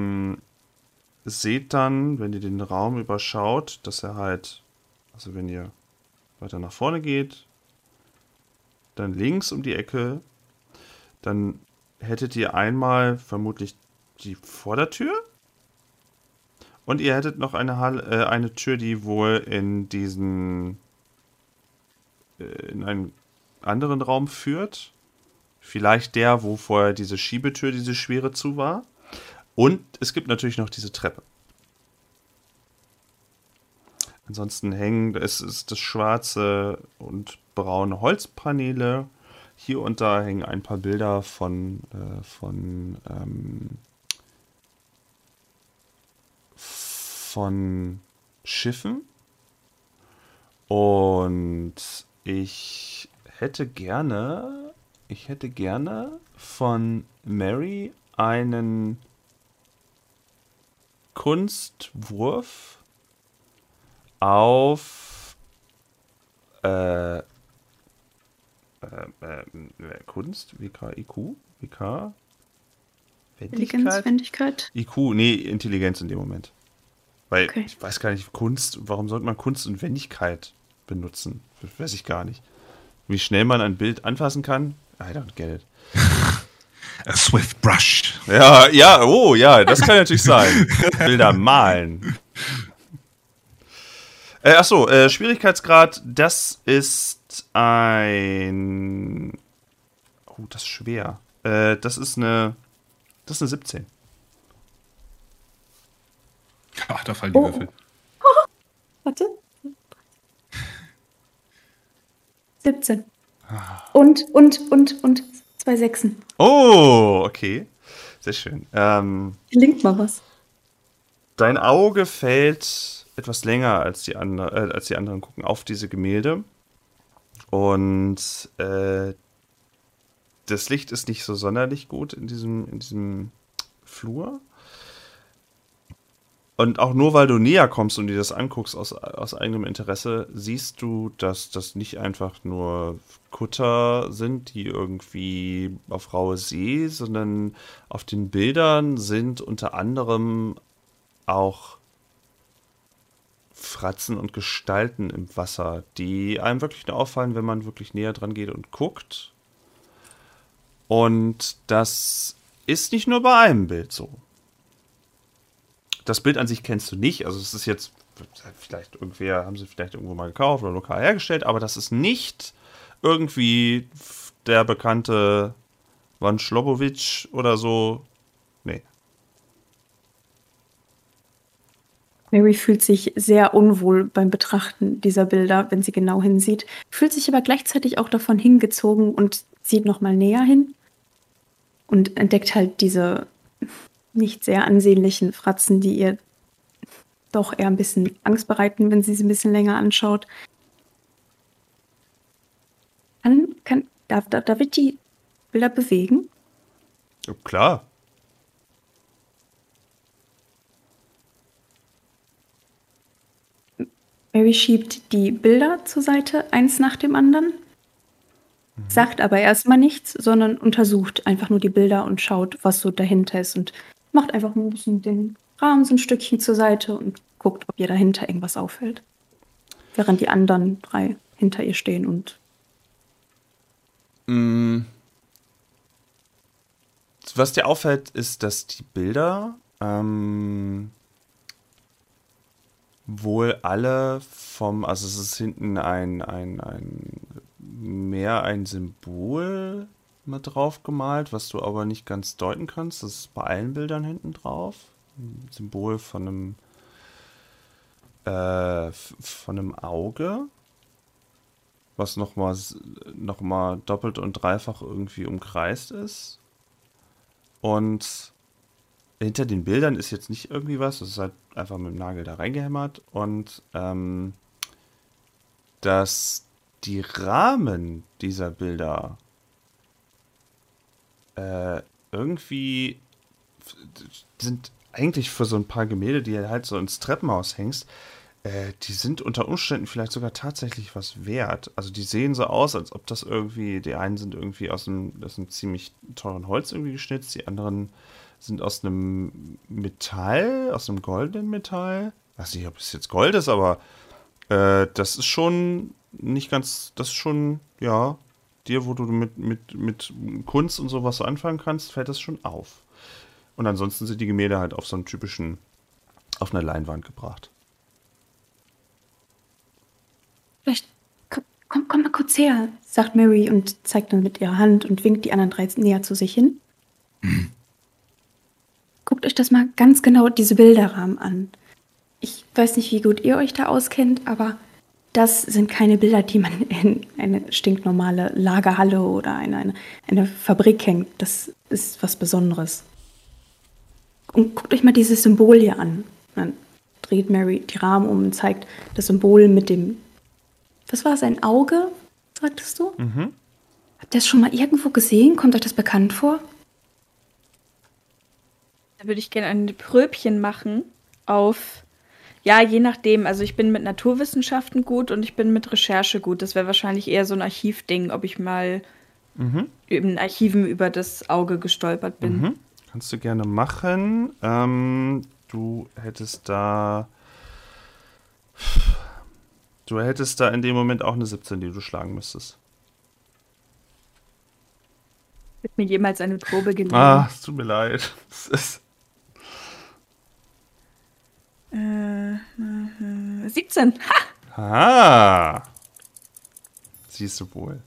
seht dann, wenn ihr den Raum überschaut, dass er halt, also wenn ihr weiter nach vorne geht, dann links um die Ecke, dann hättet ihr einmal vermutlich die Vordertür und ihr hättet noch eine Tür, die wohl in einen anderen Raum führt. Vielleicht der, wo vorher diese Schiebetür, diese schwere zu war. Und es gibt natürlich noch diese Treppe. Ansonsten ist das schwarze und braune Holzpaneele. Hier und da hängen ein paar Bilder von Schiffen. Und ich hätte gerne von Mary einen Kunstwurf auf Kunst, WK, IQ, WK, Intelligenz, Wendigkeit. IQ, nee, Intelligenz in dem Moment. Weil Okay. ich weiß gar nicht, Kunst, warum sollte man Kunst und Wendigkeit benutzen? Weiß ich gar nicht. Wie schnell man ein Bild anfassen kann? I don't get it. A swift brush. Ja, oh ja, das kann natürlich sein. Bilder malen. Achso, Schwierigkeitsgrad, das ist ein... Oh, das ist schwer. Das ist eine 17. Ach, da fallen die Würfel. Warte. 17. Und 2 Sechsen. Oh, okay. Sehr schön. Gelingt mal was. Dein Auge fällt etwas länger als die anderen gucken auf diese Gemälde. Und das Licht ist nicht so sonderlich gut in diesem Flur. Und auch nur, weil du näher kommst und dir das anguckst aus eigenem Interesse, siehst du, dass das nicht einfach nur Kutter sind, die irgendwie auf raue See, sondern auf den Bildern sind unter anderem auch Fratzen und Gestalten im Wasser, die einem wirklich nur auffallen, wenn man wirklich näher dran geht und guckt. Und das ist nicht nur bei einem Bild so. Das Bild an sich kennst du nicht, also es ist jetzt haben sie vielleicht irgendwo mal gekauft oder lokal hergestellt, aber das ist nicht irgendwie der bekannte Van Schlobowitsch oder so. Nee. Mary fühlt sich sehr unwohl beim Betrachten dieser Bilder, wenn sie genau hinsieht, fühlt sich aber gleichzeitig auch davon hingezogen und sieht nochmal näher hin und entdeckt halt diese nicht sehr ansehnlichen Fratzen, die ihr doch eher ein bisschen Angst bereiten, wenn sie ein bisschen länger anschaut. Darf ich die Bilder bewegen? Ja, klar. Mary schiebt die Bilder zur Seite, eins nach dem anderen, sagt aber erstmal nichts, sondern untersucht einfach nur die Bilder und schaut, was so dahinter ist und macht einfach ein bisschen den Rahmen so ein Stückchen zur Seite und guckt, ob ihr dahinter irgendwas auffällt. Während die anderen 3 hinter ihr stehen und Was dir auffällt, ist, dass die Bilder wohl alle also es ist hinten ein Symbol mit drauf gemalt, was du aber nicht ganz deuten kannst. Das ist bei allen Bildern hinten drauf. Ein Symbol von einem Auge, was noch mal doppelt und dreifach irgendwie umkreist ist. Und hinter den Bildern ist jetzt nicht irgendwie was, das ist halt einfach mit dem Nagel da reingehämmert. Und dass die Rahmen dieser Bilder irgendwie sind eigentlich für so ein paar Gemälde, die halt so ins Treppenhaus hängst, die sind unter Umständen vielleicht sogar tatsächlich was wert. Also die sehen so aus, als ob das irgendwie, die einen sind irgendwie aus einem ziemlich teuren Holz irgendwie geschnitzt, die anderen sind aus einem Metall, aus einem goldenen Metall. Ich weiß nicht, ob es jetzt Gold ist, aber das ist schon nicht ganz, das ist schon, ja, dir, wo du mit Kunst und sowas anfangen kannst, fällt das schon auf. Und ansonsten sind die Gemälde halt auf so einen typischen, auf einer Leinwand gebracht. vielleicht komm mal kurz her, sagt Mary und zeigt dann mit ihrer Hand und winkt die anderen 3 näher zu sich hin. Guckt euch das mal ganz genau, diese Bilderrahmen an. Ich weiß nicht, wie gut ihr euch da auskennt, aber das sind keine Bilder, die man in eine stinknormale Lagerhalle oder eine Fabrik hängt. Das ist was Besonderes. Und guckt euch mal dieses Symbol hier an. Dann dreht Mary die Rahmen um und zeigt das Symbol mit dem... Was war es, ein Auge, sagtest du? Mhm. Habt ihr das schon mal irgendwo gesehen? Kommt euch das bekannt vor? Da würde ich gerne ein Pröbchen machen auf, ja, je nachdem. Also ich bin mit Naturwissenschaften gut und ich bin mit Recherche gut. Das wäre wahrscheinlich eher so ein Archivding, ob ich mal in Archiven über das Auge gestolpert bin. Mhm. Kannst du gerne machen. Du hättest da in dem Moment auch eine 17, die du schlagen müsstest. Wird mir jemals eine Probe gelegen? Es tut mir leid. Es ist 17. Ah, siehst du wohl.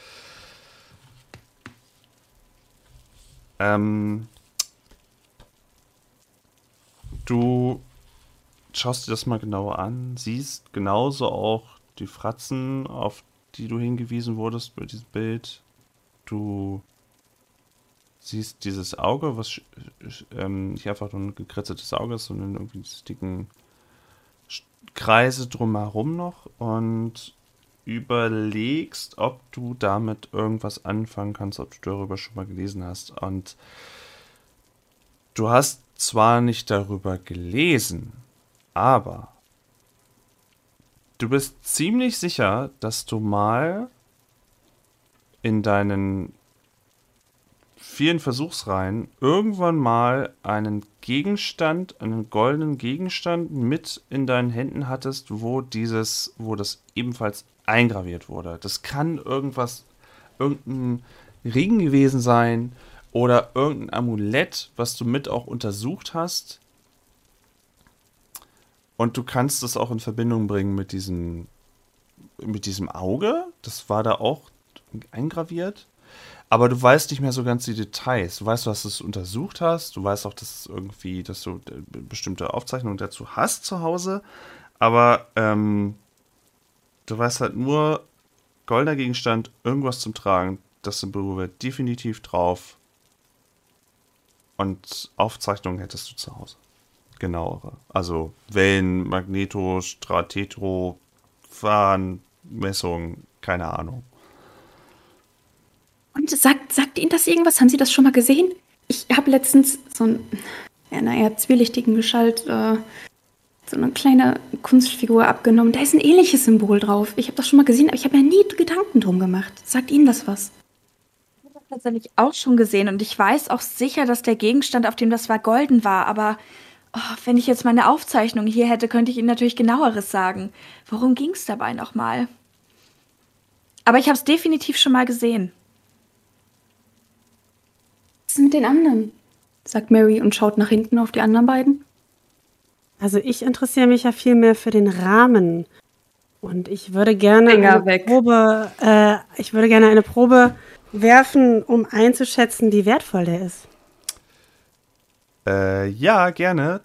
Du schaust dir das mal genauer an, siehst genauso auch die Fratzen, auf die du hingewiesen wurdest bei diesem Bild. Du siehst dieses Auge, was nicht einfach nur ein gekritzeltes Auge ist, sondern irgendwie diese dicken Kreise drumherum noch und überlegst, ob du damit irgendwas anfangen kannst, ob du darüber schon mal gelesen hast. Und du hast zwar nicht darüber gelesen, aber du bist ziemlich sicher, dass du mal in deinen vielen Versuchsreihen irgendwann mal einen Gegenstand, einen goldenen Gegenstand mit in deinen Händen hattest, wo das ebenfalls eingraviert wurde. Das kann irgendein Ring gewesen sein oder irgendein Amulett, was du mit auch untersucht hast. Und du kannst es auch in Verbindung bringen mit diesem Auge. Das war da auch eingraviert. Aber du weißt nicht mehr so ganz die Details. Du weißt, dass du es untersucht hast. Du weißt auch, dass du bestimmte Aufzeichnungen dazu hast zu Hause. Aber du weißt halt nur, goldener Gegenstand, irgendwas zum Tragen. Das Symbol wird definitiv drauf. Und Aufzeichnungen hättest du zu Hause. Genauere. Also Wellen, Magneto, Stratetro, Messungen, keine Ahnung. Und sagt Ihnen das irgendwas? Haben Sie das schon mal gesehen? Ich habe letztens in einer eher zwielichtigen Gestalt so eine kleine Kunstfigur abgenommen. Da ist ein ähnliches Symbol drauf. Ich habe das schon mal gesehen, aber ich habe mir nie Gedanken drum gemacht. Sagt Ihnen das was? Ich habe das tatsächlich auch schon gesehen und ich weiß auch sicher, dass der Gegenstand, auf dem das war, golden war. Aber wenn ich jetzt meine Aufzeichnung hier hätte, könnte ich Ihnen natürlich genaueres sagen. Worum ging es dabei nochmal? Aber ich habe es definitiv schon mal gesehen. Was ist mit den anderen? Sagt Mary und schaut nach hinten auf die anderen beiden. Also ich interessiere mich ja viel mehr für den Rahmen. Und ich würde gerne eine Probe werfen, um einzuschätzen, wie wertvoll der ist. Ja, gerne.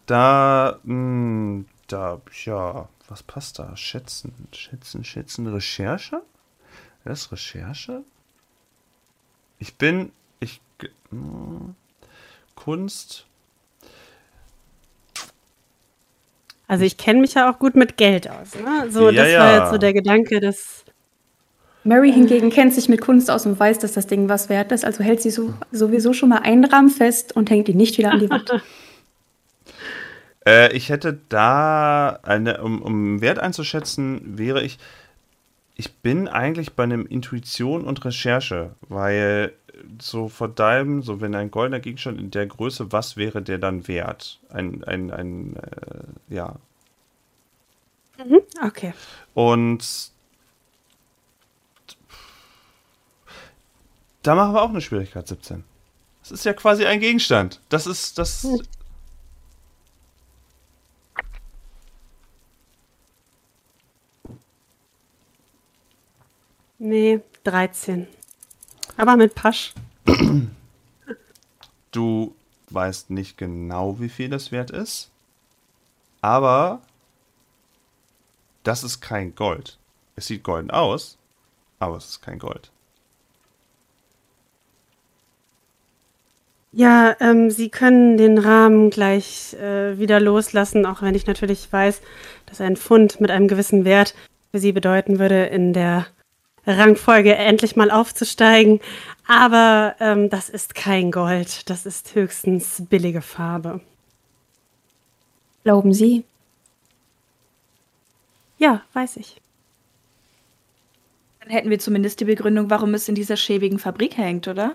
Was passt da? Schätzen. Recherche? Das ist Recherche? Kunst. Also ich kenne mich ja auch gut mit Geld aus. Ne? So, Ja, das war jetzt so der Gedanke, dass... Mary hingegen kennt sich mit Kunst aus und weiß, dass das Ding was wert ist. Also hält sie sowieso schon mal einen Rahmen fest und hängt ihn nicht wieder an die Wand. Ich hätte da, um Wert einzuschätzen, ich bin eigentlich bei einem Intuition und Recherche, weil so vor deinem, so wenn ein goldener Gegenstand in der Größe, was wäre der dann wert? Ja. Okay. Und da machen wir auch eine Schwierigkeit 17. Das ist ja quasi ein Gegenstand. Das ist das. Nee, 13. Aber mit Pasch. Du weißt nicht genau, wie viel das wert ist, aber das ist kein Gold. Es sieht golden aus, aber es ist kein Gold. Ja, Sie können den Rahmen gleich wieder loslassen, auch wenn ich natürlich weiß, dass ein Pfund mit einem gewissen Wert für Sie bedeuten würde in der Rangfolge endlich mal aufzusteigen. Aber das ist kein Gold. Das ist höchstens billige Farbe. Glauben Sie? Ja, weiß ich. Dann hätten wir zumindest die Begründung, warum es in dieser schäbigen Fabrik hängt, oder?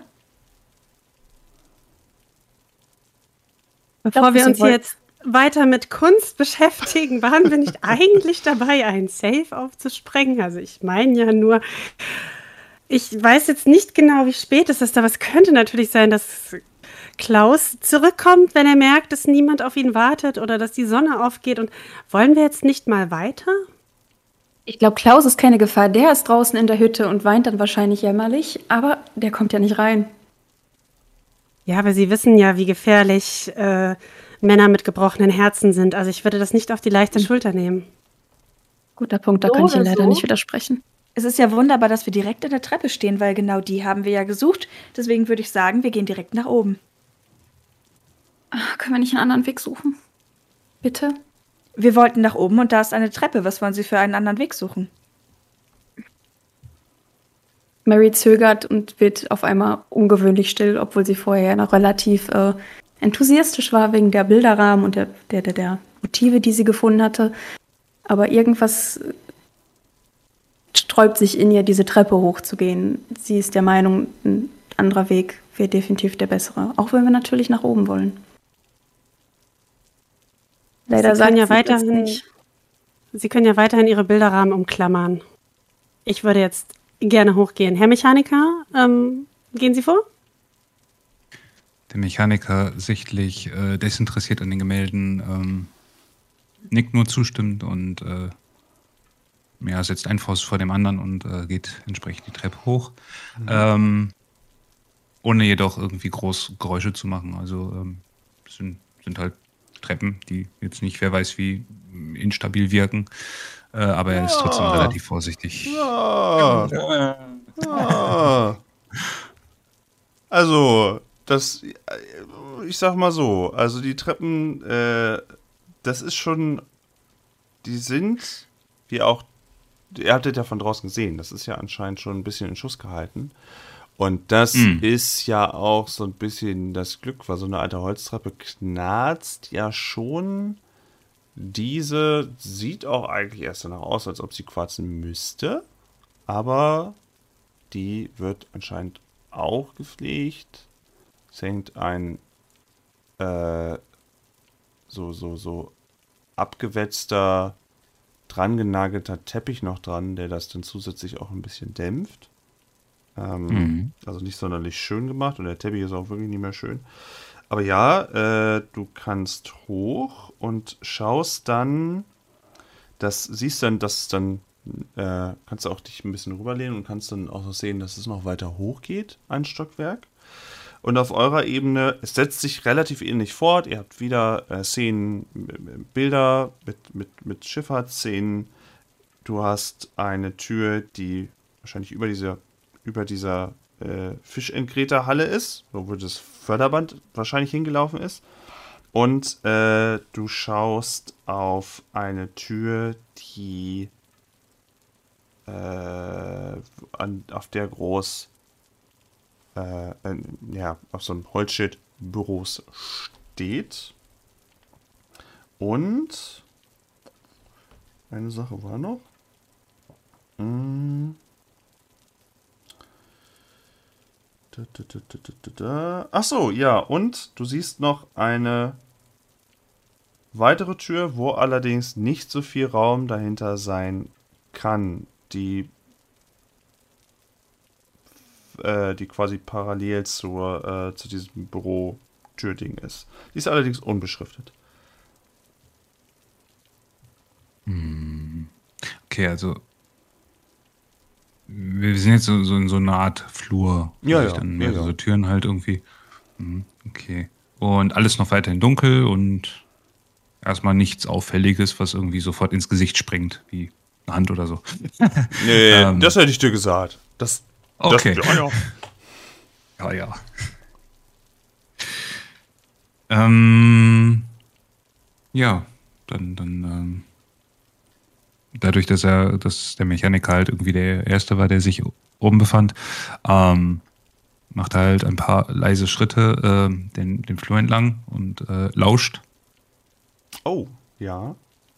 Bevor wir uns jetzt weiter mit Kunst beschäftigen, waren wir nicht eigentlich dabei, einen Safe aufzusprengen? Also ich meine ja nur, ich weiß jetzt nicht genau, wie spät es ist, aber es könnte natürlich sein, dass Klaus zurückkommt, wenn er merkt, dass niemand auf ihn wartet oder dass die Sonne aufgeht. Und wollen wir jetzt nicht mal weiter? Ich glaube, Klaus ist keine Gefahr. Der ist draußen in der Hütte und weint dann wahrscheinlich jämmerlich, aber der kommt ja nicht rein. Ja, aber Sie wissen ja, wie gefährlich Männer mit gebrochenen Herzen sind. Also ich würde das nicht auf die leichte Schulter nehmen. Guter Punkt, da kann ich Ihnen leider nicht widersprechen. Es ist ja wunderbar, dass wir direkt an der Treppe stehen, weil genau die haben wir ja gesucht. Deswegen würde ich sagen, wir gehen direkt nach oben. Können wir nicht einen anderen Weg suchen? Bitte? Wir wollten nach oben und da ist eine Treppe. Was wollen Sie für einen anderen Weg suchen? Mary zögert und wird auf einmal ungewöhnlich still, obwohl sie vorher noch relativ enthusiastisch war wegen der Bilderrahmen und der Motive, die sie gefunden hatte. Aber irgendwas sträubt sich in ihr, diese Treppe hochzugehen. Sie ist der Meinung, ein anderer Weg wäre definitiv der bessere. Auch wenn wir natürlich nach oben wollen. Leider Sie können ja sagt sie das weiterhin, nicht. Sie können ja weiterhin Ihre Bilderrahmen umklammern. Ich würde jetzt gerne hochgehen. Herr Mechaniker, gehen Sie vor? Der Mechaniker, sichtlich desinteressiert an den Gemälden, nickt nur zustimmend und setzt ein Faust vor dem anderen und geht entsprechend die Treppe hoch. Ohne jedoch irgendwie groß Geräusche zu machen. Also das sind halt Treppen, die jetzt nicht, wer weiß wie, instabil wirken. Aber er ist trotzdem relativ vorsichtig. Also, ich sag mal so, also die Treppen, das ist schon, die sind, wie auch, ihr habt es ja von draußen gesehen, das ist ja anscheinend schon ein bisschen in Schuss gehalten. Und das ist ja auch so ein bisschen das Glück, weil so eine alte Holztreppe knarzt ja schon. Diese sieht auch eigentlich erst danach aus, als ob sie quarzen müsste. Aber die wird anscheinend auch gepflegt. Es hängt ein so abgewetzter, drangenagelter Teppich noch dran, der das dann zusätzlich auch ein bisschen dämpft. Also nicht sonderlich schön gemacht und der Teppich ist auch wirklich nicht mehr schön. Aber ja, du kannst hoch und schaust dann, siehst dann, dass dann, kannst du auch dich ein bisschen rüberlehnen und kannst dann auch noch sehen, dass es noch weiter hoch geht, ein Stockwerk. Und auf eurer Ebene, es setzt sich relativ ähnlich fort. Ihr habt wieder Szenen, Bilder mit Schifffahrtsszenen. Du hast eine Tür, die wahrscheinlich über dieser Fischentgräterhalle ist, wo das Förderband wahrscheinlich hingelaufen ist. Und du schaust auf eine Tür, die auf der groß auf so einem Holzschild Büros steht. Und eine Sache war noch. Ach so, ja, und du siehst noch eine weitere Tür, wo allerdings nicht so viel Raum dahinter sein kann, die quasi parallel zu diesem Bürotürding ist. Die ist allerdings unbeschriftet. Okay, also wir sind jetzt so in so einer Art Flur. So Türen halt irgendwie. Okay. Und alles noch weiterhin dunkel und erstmal nichts Auffälliges, was irgendwie sofort ins Gesicht springt, wie eine Hand oder so. Nee, das hätte ich dir gesagt. Okay. Ja. Ja. Ja, dann dadurch, dass der Mechaniker halt irgendwie der Erste war, der sich oben befand, macht er halt ein paar leise Schritte den Flur entlang und lauscht. Oh, ja.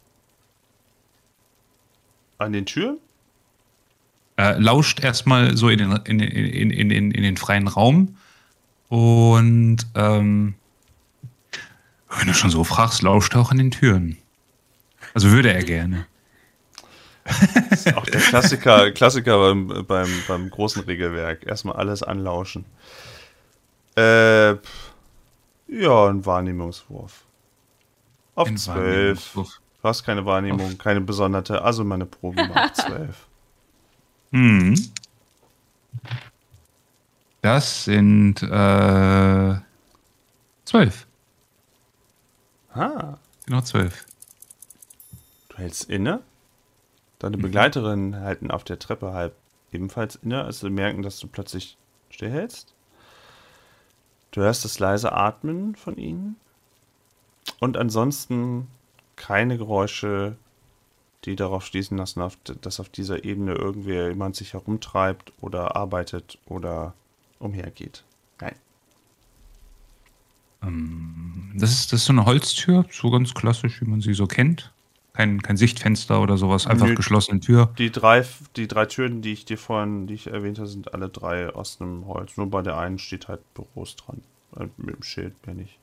An den Türen? Lauscht erstmal so in den freien Raum und wenn du schon so fragst, lauscht er auch an den Türen. Also würde er gerne. Das ist auch der Klassiker beim großen Regelwerk. Erstmal alles anlauschen. Ja, ein Wahrnehmungswurf. Auf 12. Du hast keine Wahrnehmung, keine besondere, also meine Probe macht 12. Das sind 12. Genau 12. Du hältst inne. Deine Begleiterinnen halten auf der Treppe halb ebenfalls inne, als sie merken, dass du plötzlich stillhältst. Du hörst das leise Atmen von ihnen. Und ansonsten keine Geräusche, die darauf schließen lassen, dass auf dieser Ebene jemand sich herumtreibt oder arbeitet oder umhergeht. Nein. Das ist so eine Holztür, so ganz klassisch, wie man sie so kennt. Kein Sichtfenster oder sowas, einfach geschlossene Tür. Die drei Türen, die ich erwähnte, sind alle 3 aus einem Holz. Nur bei der einen steht halt Büros dran. Mit dem Schild mehr nicht.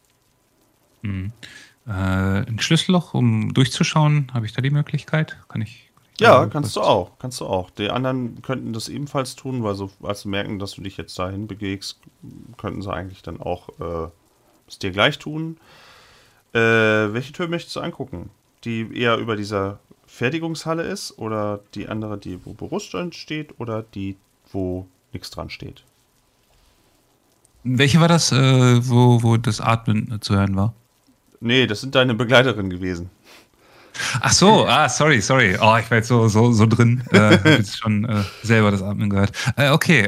Ein Schlüsselloch, um durchzuschauen, habe ich da die Möglichkeit? Ja, kannst du auch. Die anderen könnten das ebenfalls tun, weil als sie merken, dass du dich jetzt dahin bewegst, könnten sie eigentlich dann auch es dir gleich tun. Welche Tür möchtest du angucken? Die eher über dieser Fertigungshalle ist oder die andere, wo Berufsstand steht oder die, wo nichts dran steht? Welche war das, wo das Atmen zu hören war? Nee, das sind deine Begleiterinnen gewesen. Ach so, sorry. Oh, ich war jetzt so drin. Hab jetzt schon selber das Atmen gehört. Okay,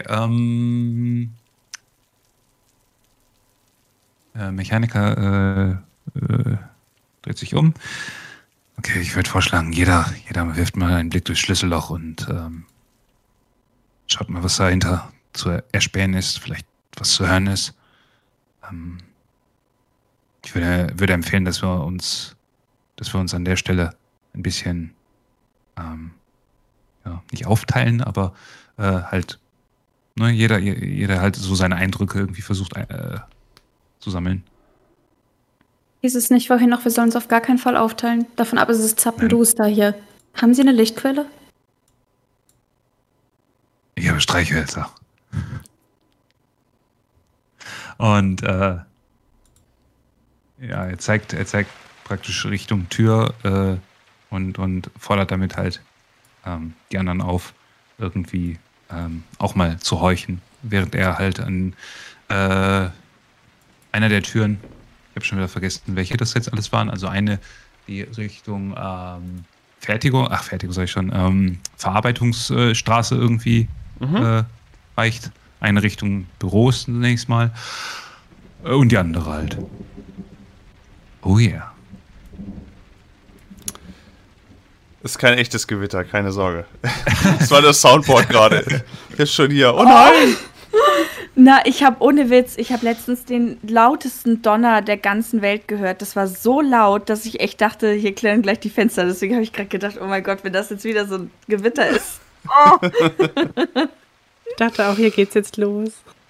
Mechaniker dreht sich um. Okay, ich würde vorschlagen, jeder wirft mal einen Blick durchs Schlüsselloch und schaut mal, was dahinter zu erspähen ist, vielleicht was zu hören ist. Ich würde empfehlen, dass wir uns an der Stelle ein bisschen nicht aufteilen, aber halt jeder halt so seine Eindrücke irgendwie versucht zu sammeln. Hieß es nicht vorhin noch, wir sollen uns auf gar keinen Fall aufteilen? Davon ab ist es zappenduster hier. Haben Sie eine Lichtquelle? Ich habe Streichhölzer. Und er zeigt praktisch Richtung Tür und fordert damit halt die anderen auf, irgendwie auch mal zu horchen, während er halt an einer der Türen, ich habe schon wieder vergessen, welche das jetzt alles waren, also eine, die Richtung Verarbeitungsstraße irgendwie reicht, eine Richtung Büros zunächst mal und die andere halt. Oh yeah. Ist kein echtes Gewitter, keine Sorge. Das war das Soundboard gerade. Jetzt schon hier. Oh nein! Na, ich habe letztens den lautesten Donner der ganzen Welt gehört. Das war so laut, dass ich echt dachte, hier klären gleich die Fenster. Deswegen habe ich gerade gedacht, oh mein Gott, wenn das jetzt wieder so ein Gewitter ist. Oh. Ich dachte auch, hier geht's jetzt los.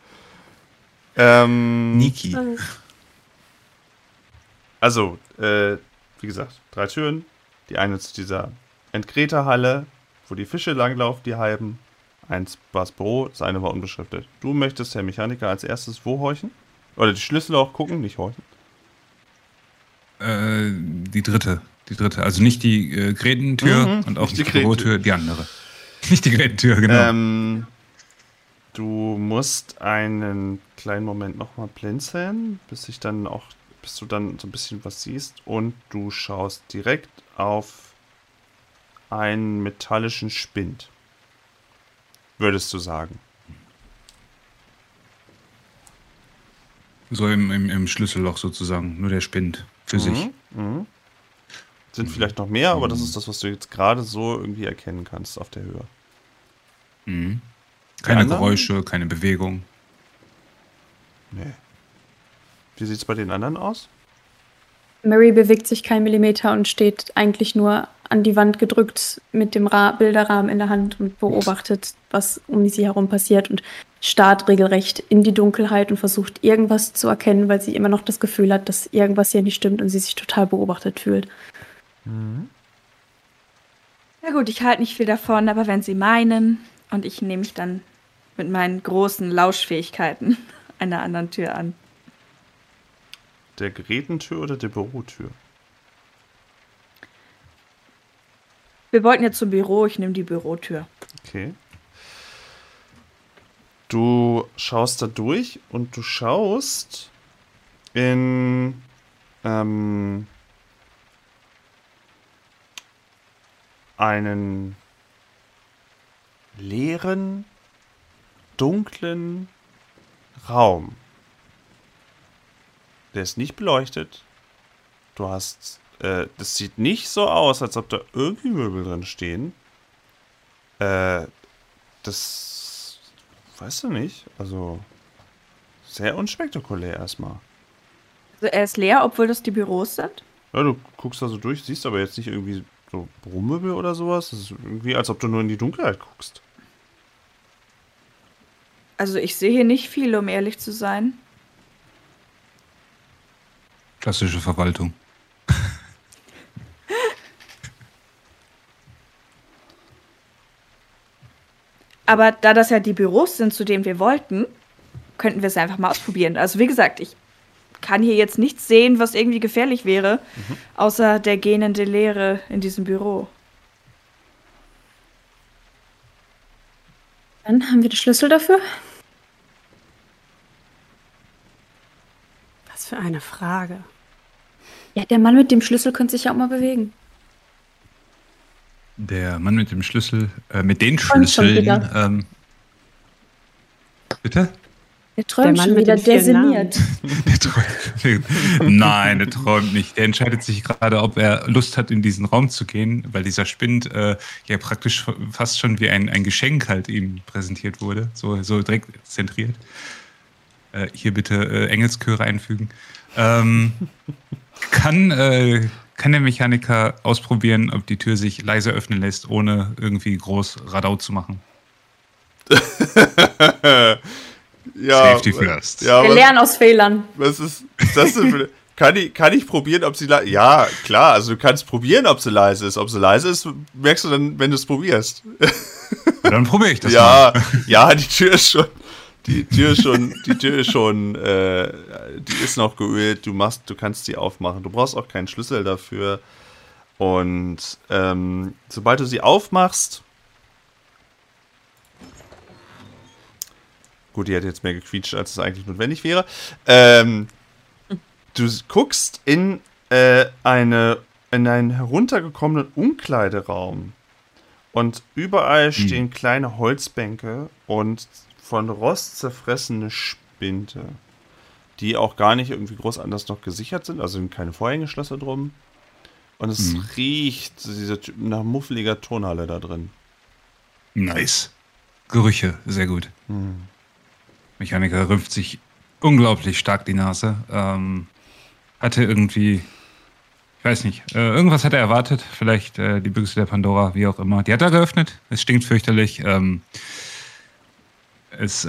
Niki. Also, wie gesagt, 3 Türen. Die eine zu dieser Entgräterhalle, wo die Fische langlaufen, die halben. Eins war das Büro, das eine war unbeschriftet. Du möchtest, Herr Mechaniker, als erstes wo horchen? Oder die Schlüssel auch gucken, nicht horchen? Die dritte. Also nicht die Grätentür und auch nicht die Bürotür, die andere. Nicht die Grätentür, genau. Du musst einen kleinen Moment nochmal blinzeln, bis du dann so ein bisschen was siehst und du schaust direkt auf einen metallischen Spind. Würdest du sagen? So im Schlüsselloch sozusagen, nur der Spind für sich. Sind vielleicht noch mehr, aber das ist das, was du jetzt gerade so irgendwie erkennen kannst auf der Höhe. Mhm. Keine Geräusche, keine Bewegung. Nee. Wie sieht es bei den anderen aus? Mary bewegt sich keinen Millimeter und steht eigentlich nur an die Wand gedrückt mit dem Bilderrahmen in der Hand und beobachtet, was um sie herum passiert und starrt regelrecht in die Dunkelheit und versucht, irgendwas zu erkennen, weil sie immer noch das Gefühl hat, dass irgendwas hier nicht stimmt und sie sich total beobachtet fühlt. Ja gut, ich halte nicht viel davon, aber wenn Sie meinen, und ich nehme mich dann mit meinen großen Lauschfähigkeiten einer anderen Tür an. Der Gerätentür oder der Bürotür? Wir wollten jetzt zum Büro, ich nehme die Bürotür. Okay. Du schaust da durch und du schaust in einen leeren, dunklen Raum. Der ist nicht beleuchtet. Du hast, das sieht nicht so aus, als ob da irgendwie Möbel drin stehen. Das weißt du nicht. Also sehr unspektakulär erstmal. Also er ist leer, obwohl das die Büros sind? Ja, du guckst da so durch, siehst aber jetzt nicht irgendwie so Büromöbel oder sowas. Das ist irgendwie, als ob du nur in die Dunkelheit guckst. Also ich sehe hier nicht viel, um ehrlich zu sein. Klassische Verwaltung. Aber da das ja die Büros sind, zu denen wir wollten, könnten wir es einfach mal ausprobieren. Also wie gesagt, ich kann hier jetzt nichts sehen, was irgendwie gefährlich wäre, außer der gähnende Leere in diesem Büro. Dann haben wir den Schlüssel dafür. Was für eine Frage. Ja, der Mann mit dem Schlüssel könnte sich ja auch mal bewegen. Der Mann mit dem Schlüssel, mit den Träumt schon Schlüsseln. Bitte? Der träumt Mann schon mit wieder, den vielen desiniert. Der träumt. Nein, der träumt nicht. Der entscheidet sich gerade, ob er Lust hat, in diesen Raum zu gehen, weil dieser Spind ja praktisch fast schon wie ein Geschenk halt ihm präsentiert wurde. So direkt zentriert. Hier bitte Engelschöre einfügen. Kann der Mechaniker ausprobieren, ob die Tür sich leise öffnen lässt, ohne irgendwie groß Radau zu machen? Ja, Safety first. Ja, Wir lernen aus Fehlern. Was ist das denn für kann ich probieren, ob sie leise ist? Ja, klar, also du kannst probieren, ob sie leise ist. Ob sie leise ist, merkst du dann, wenn du es probierst. Dann probiere ich das Ja, mal. ja, die Tür ist schon, die ist noch geölt, du kannst die aufmachen. Du brauchst auch keinen Schlüssel dafür. Und sobald du sie aufmachst, gut, die hätte jetzt mehr gequietscht, als es eigentlich notwendig wäre. Du guckst in einen heruntergekommenen Umkleideraum und überall stehen kleine Holzbänke und von Rost zerfressene Spinde, die auch gar nicht irgendwie groß anders noch gesichert sind, also sind keine Vorhängeschlösser drum. Und es riecht nach muffeliger Turnhalle da drin. Nice. Gerüche, sehr gut. Mechaniker rümpft sich unglaublich stark die Nase. Hatte irgendwie, ich weiß nicht, irgendwas hat er erwartet. Vielleicht die Büchse der Pandora, wie auch immer. Die hat er geöffnet. Es stinkt fürchterlich. Es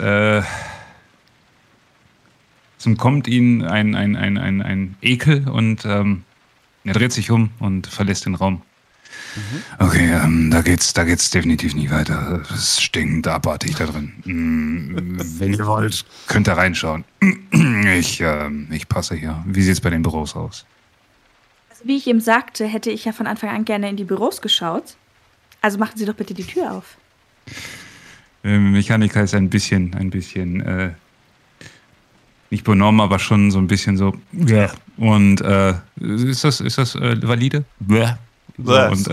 entkommt ihm ein Ekel und er dreht sich um und verlässt den Raum. Okay, da geht's definitiv nie weiter. Es stinkt abartig da drin. Wenn ihr wollt, könnt ihr reinschauen. Ich passe hier. Wie sieht's bei den Büros aus? Also wie ich ihm sagte, hätte ich ja von Anfang an gerne in die Büros geschaut. Also machen Sie doch bitte die Tür auf. Mechaniker ist ein bisschen nicht benommen, aber schon so ein bisschen so. Und ist das valide? So, und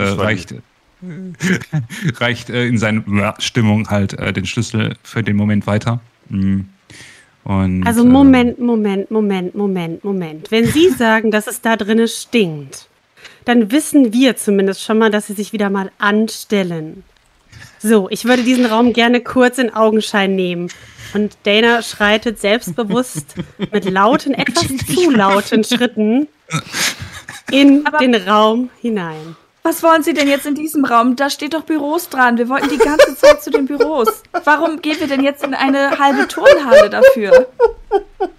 reicht in seiner Stimmung halt den Schlüssel für den Moment weiter. Und, Also Moment. Wenn Sie sagen, dass es da drinnen stinkt, dann wissen wir zumindest schon mal, dass sie sich wieder mal anstellen. So, ich würde diesen Raum gerne kurz in Augenschein nehmen. Und Dana schreitet selbstbewusst mit lauten, etwas zu lauten Schritten in den Raum hinein. Was wollen Sie denn jetzt in diesem Raum? Da steht doch Büros dran. Wir wollten die ganze Zeit zu den Büros. Warum gehen wir denn jetzt in eine halbe Turnhalle dafür?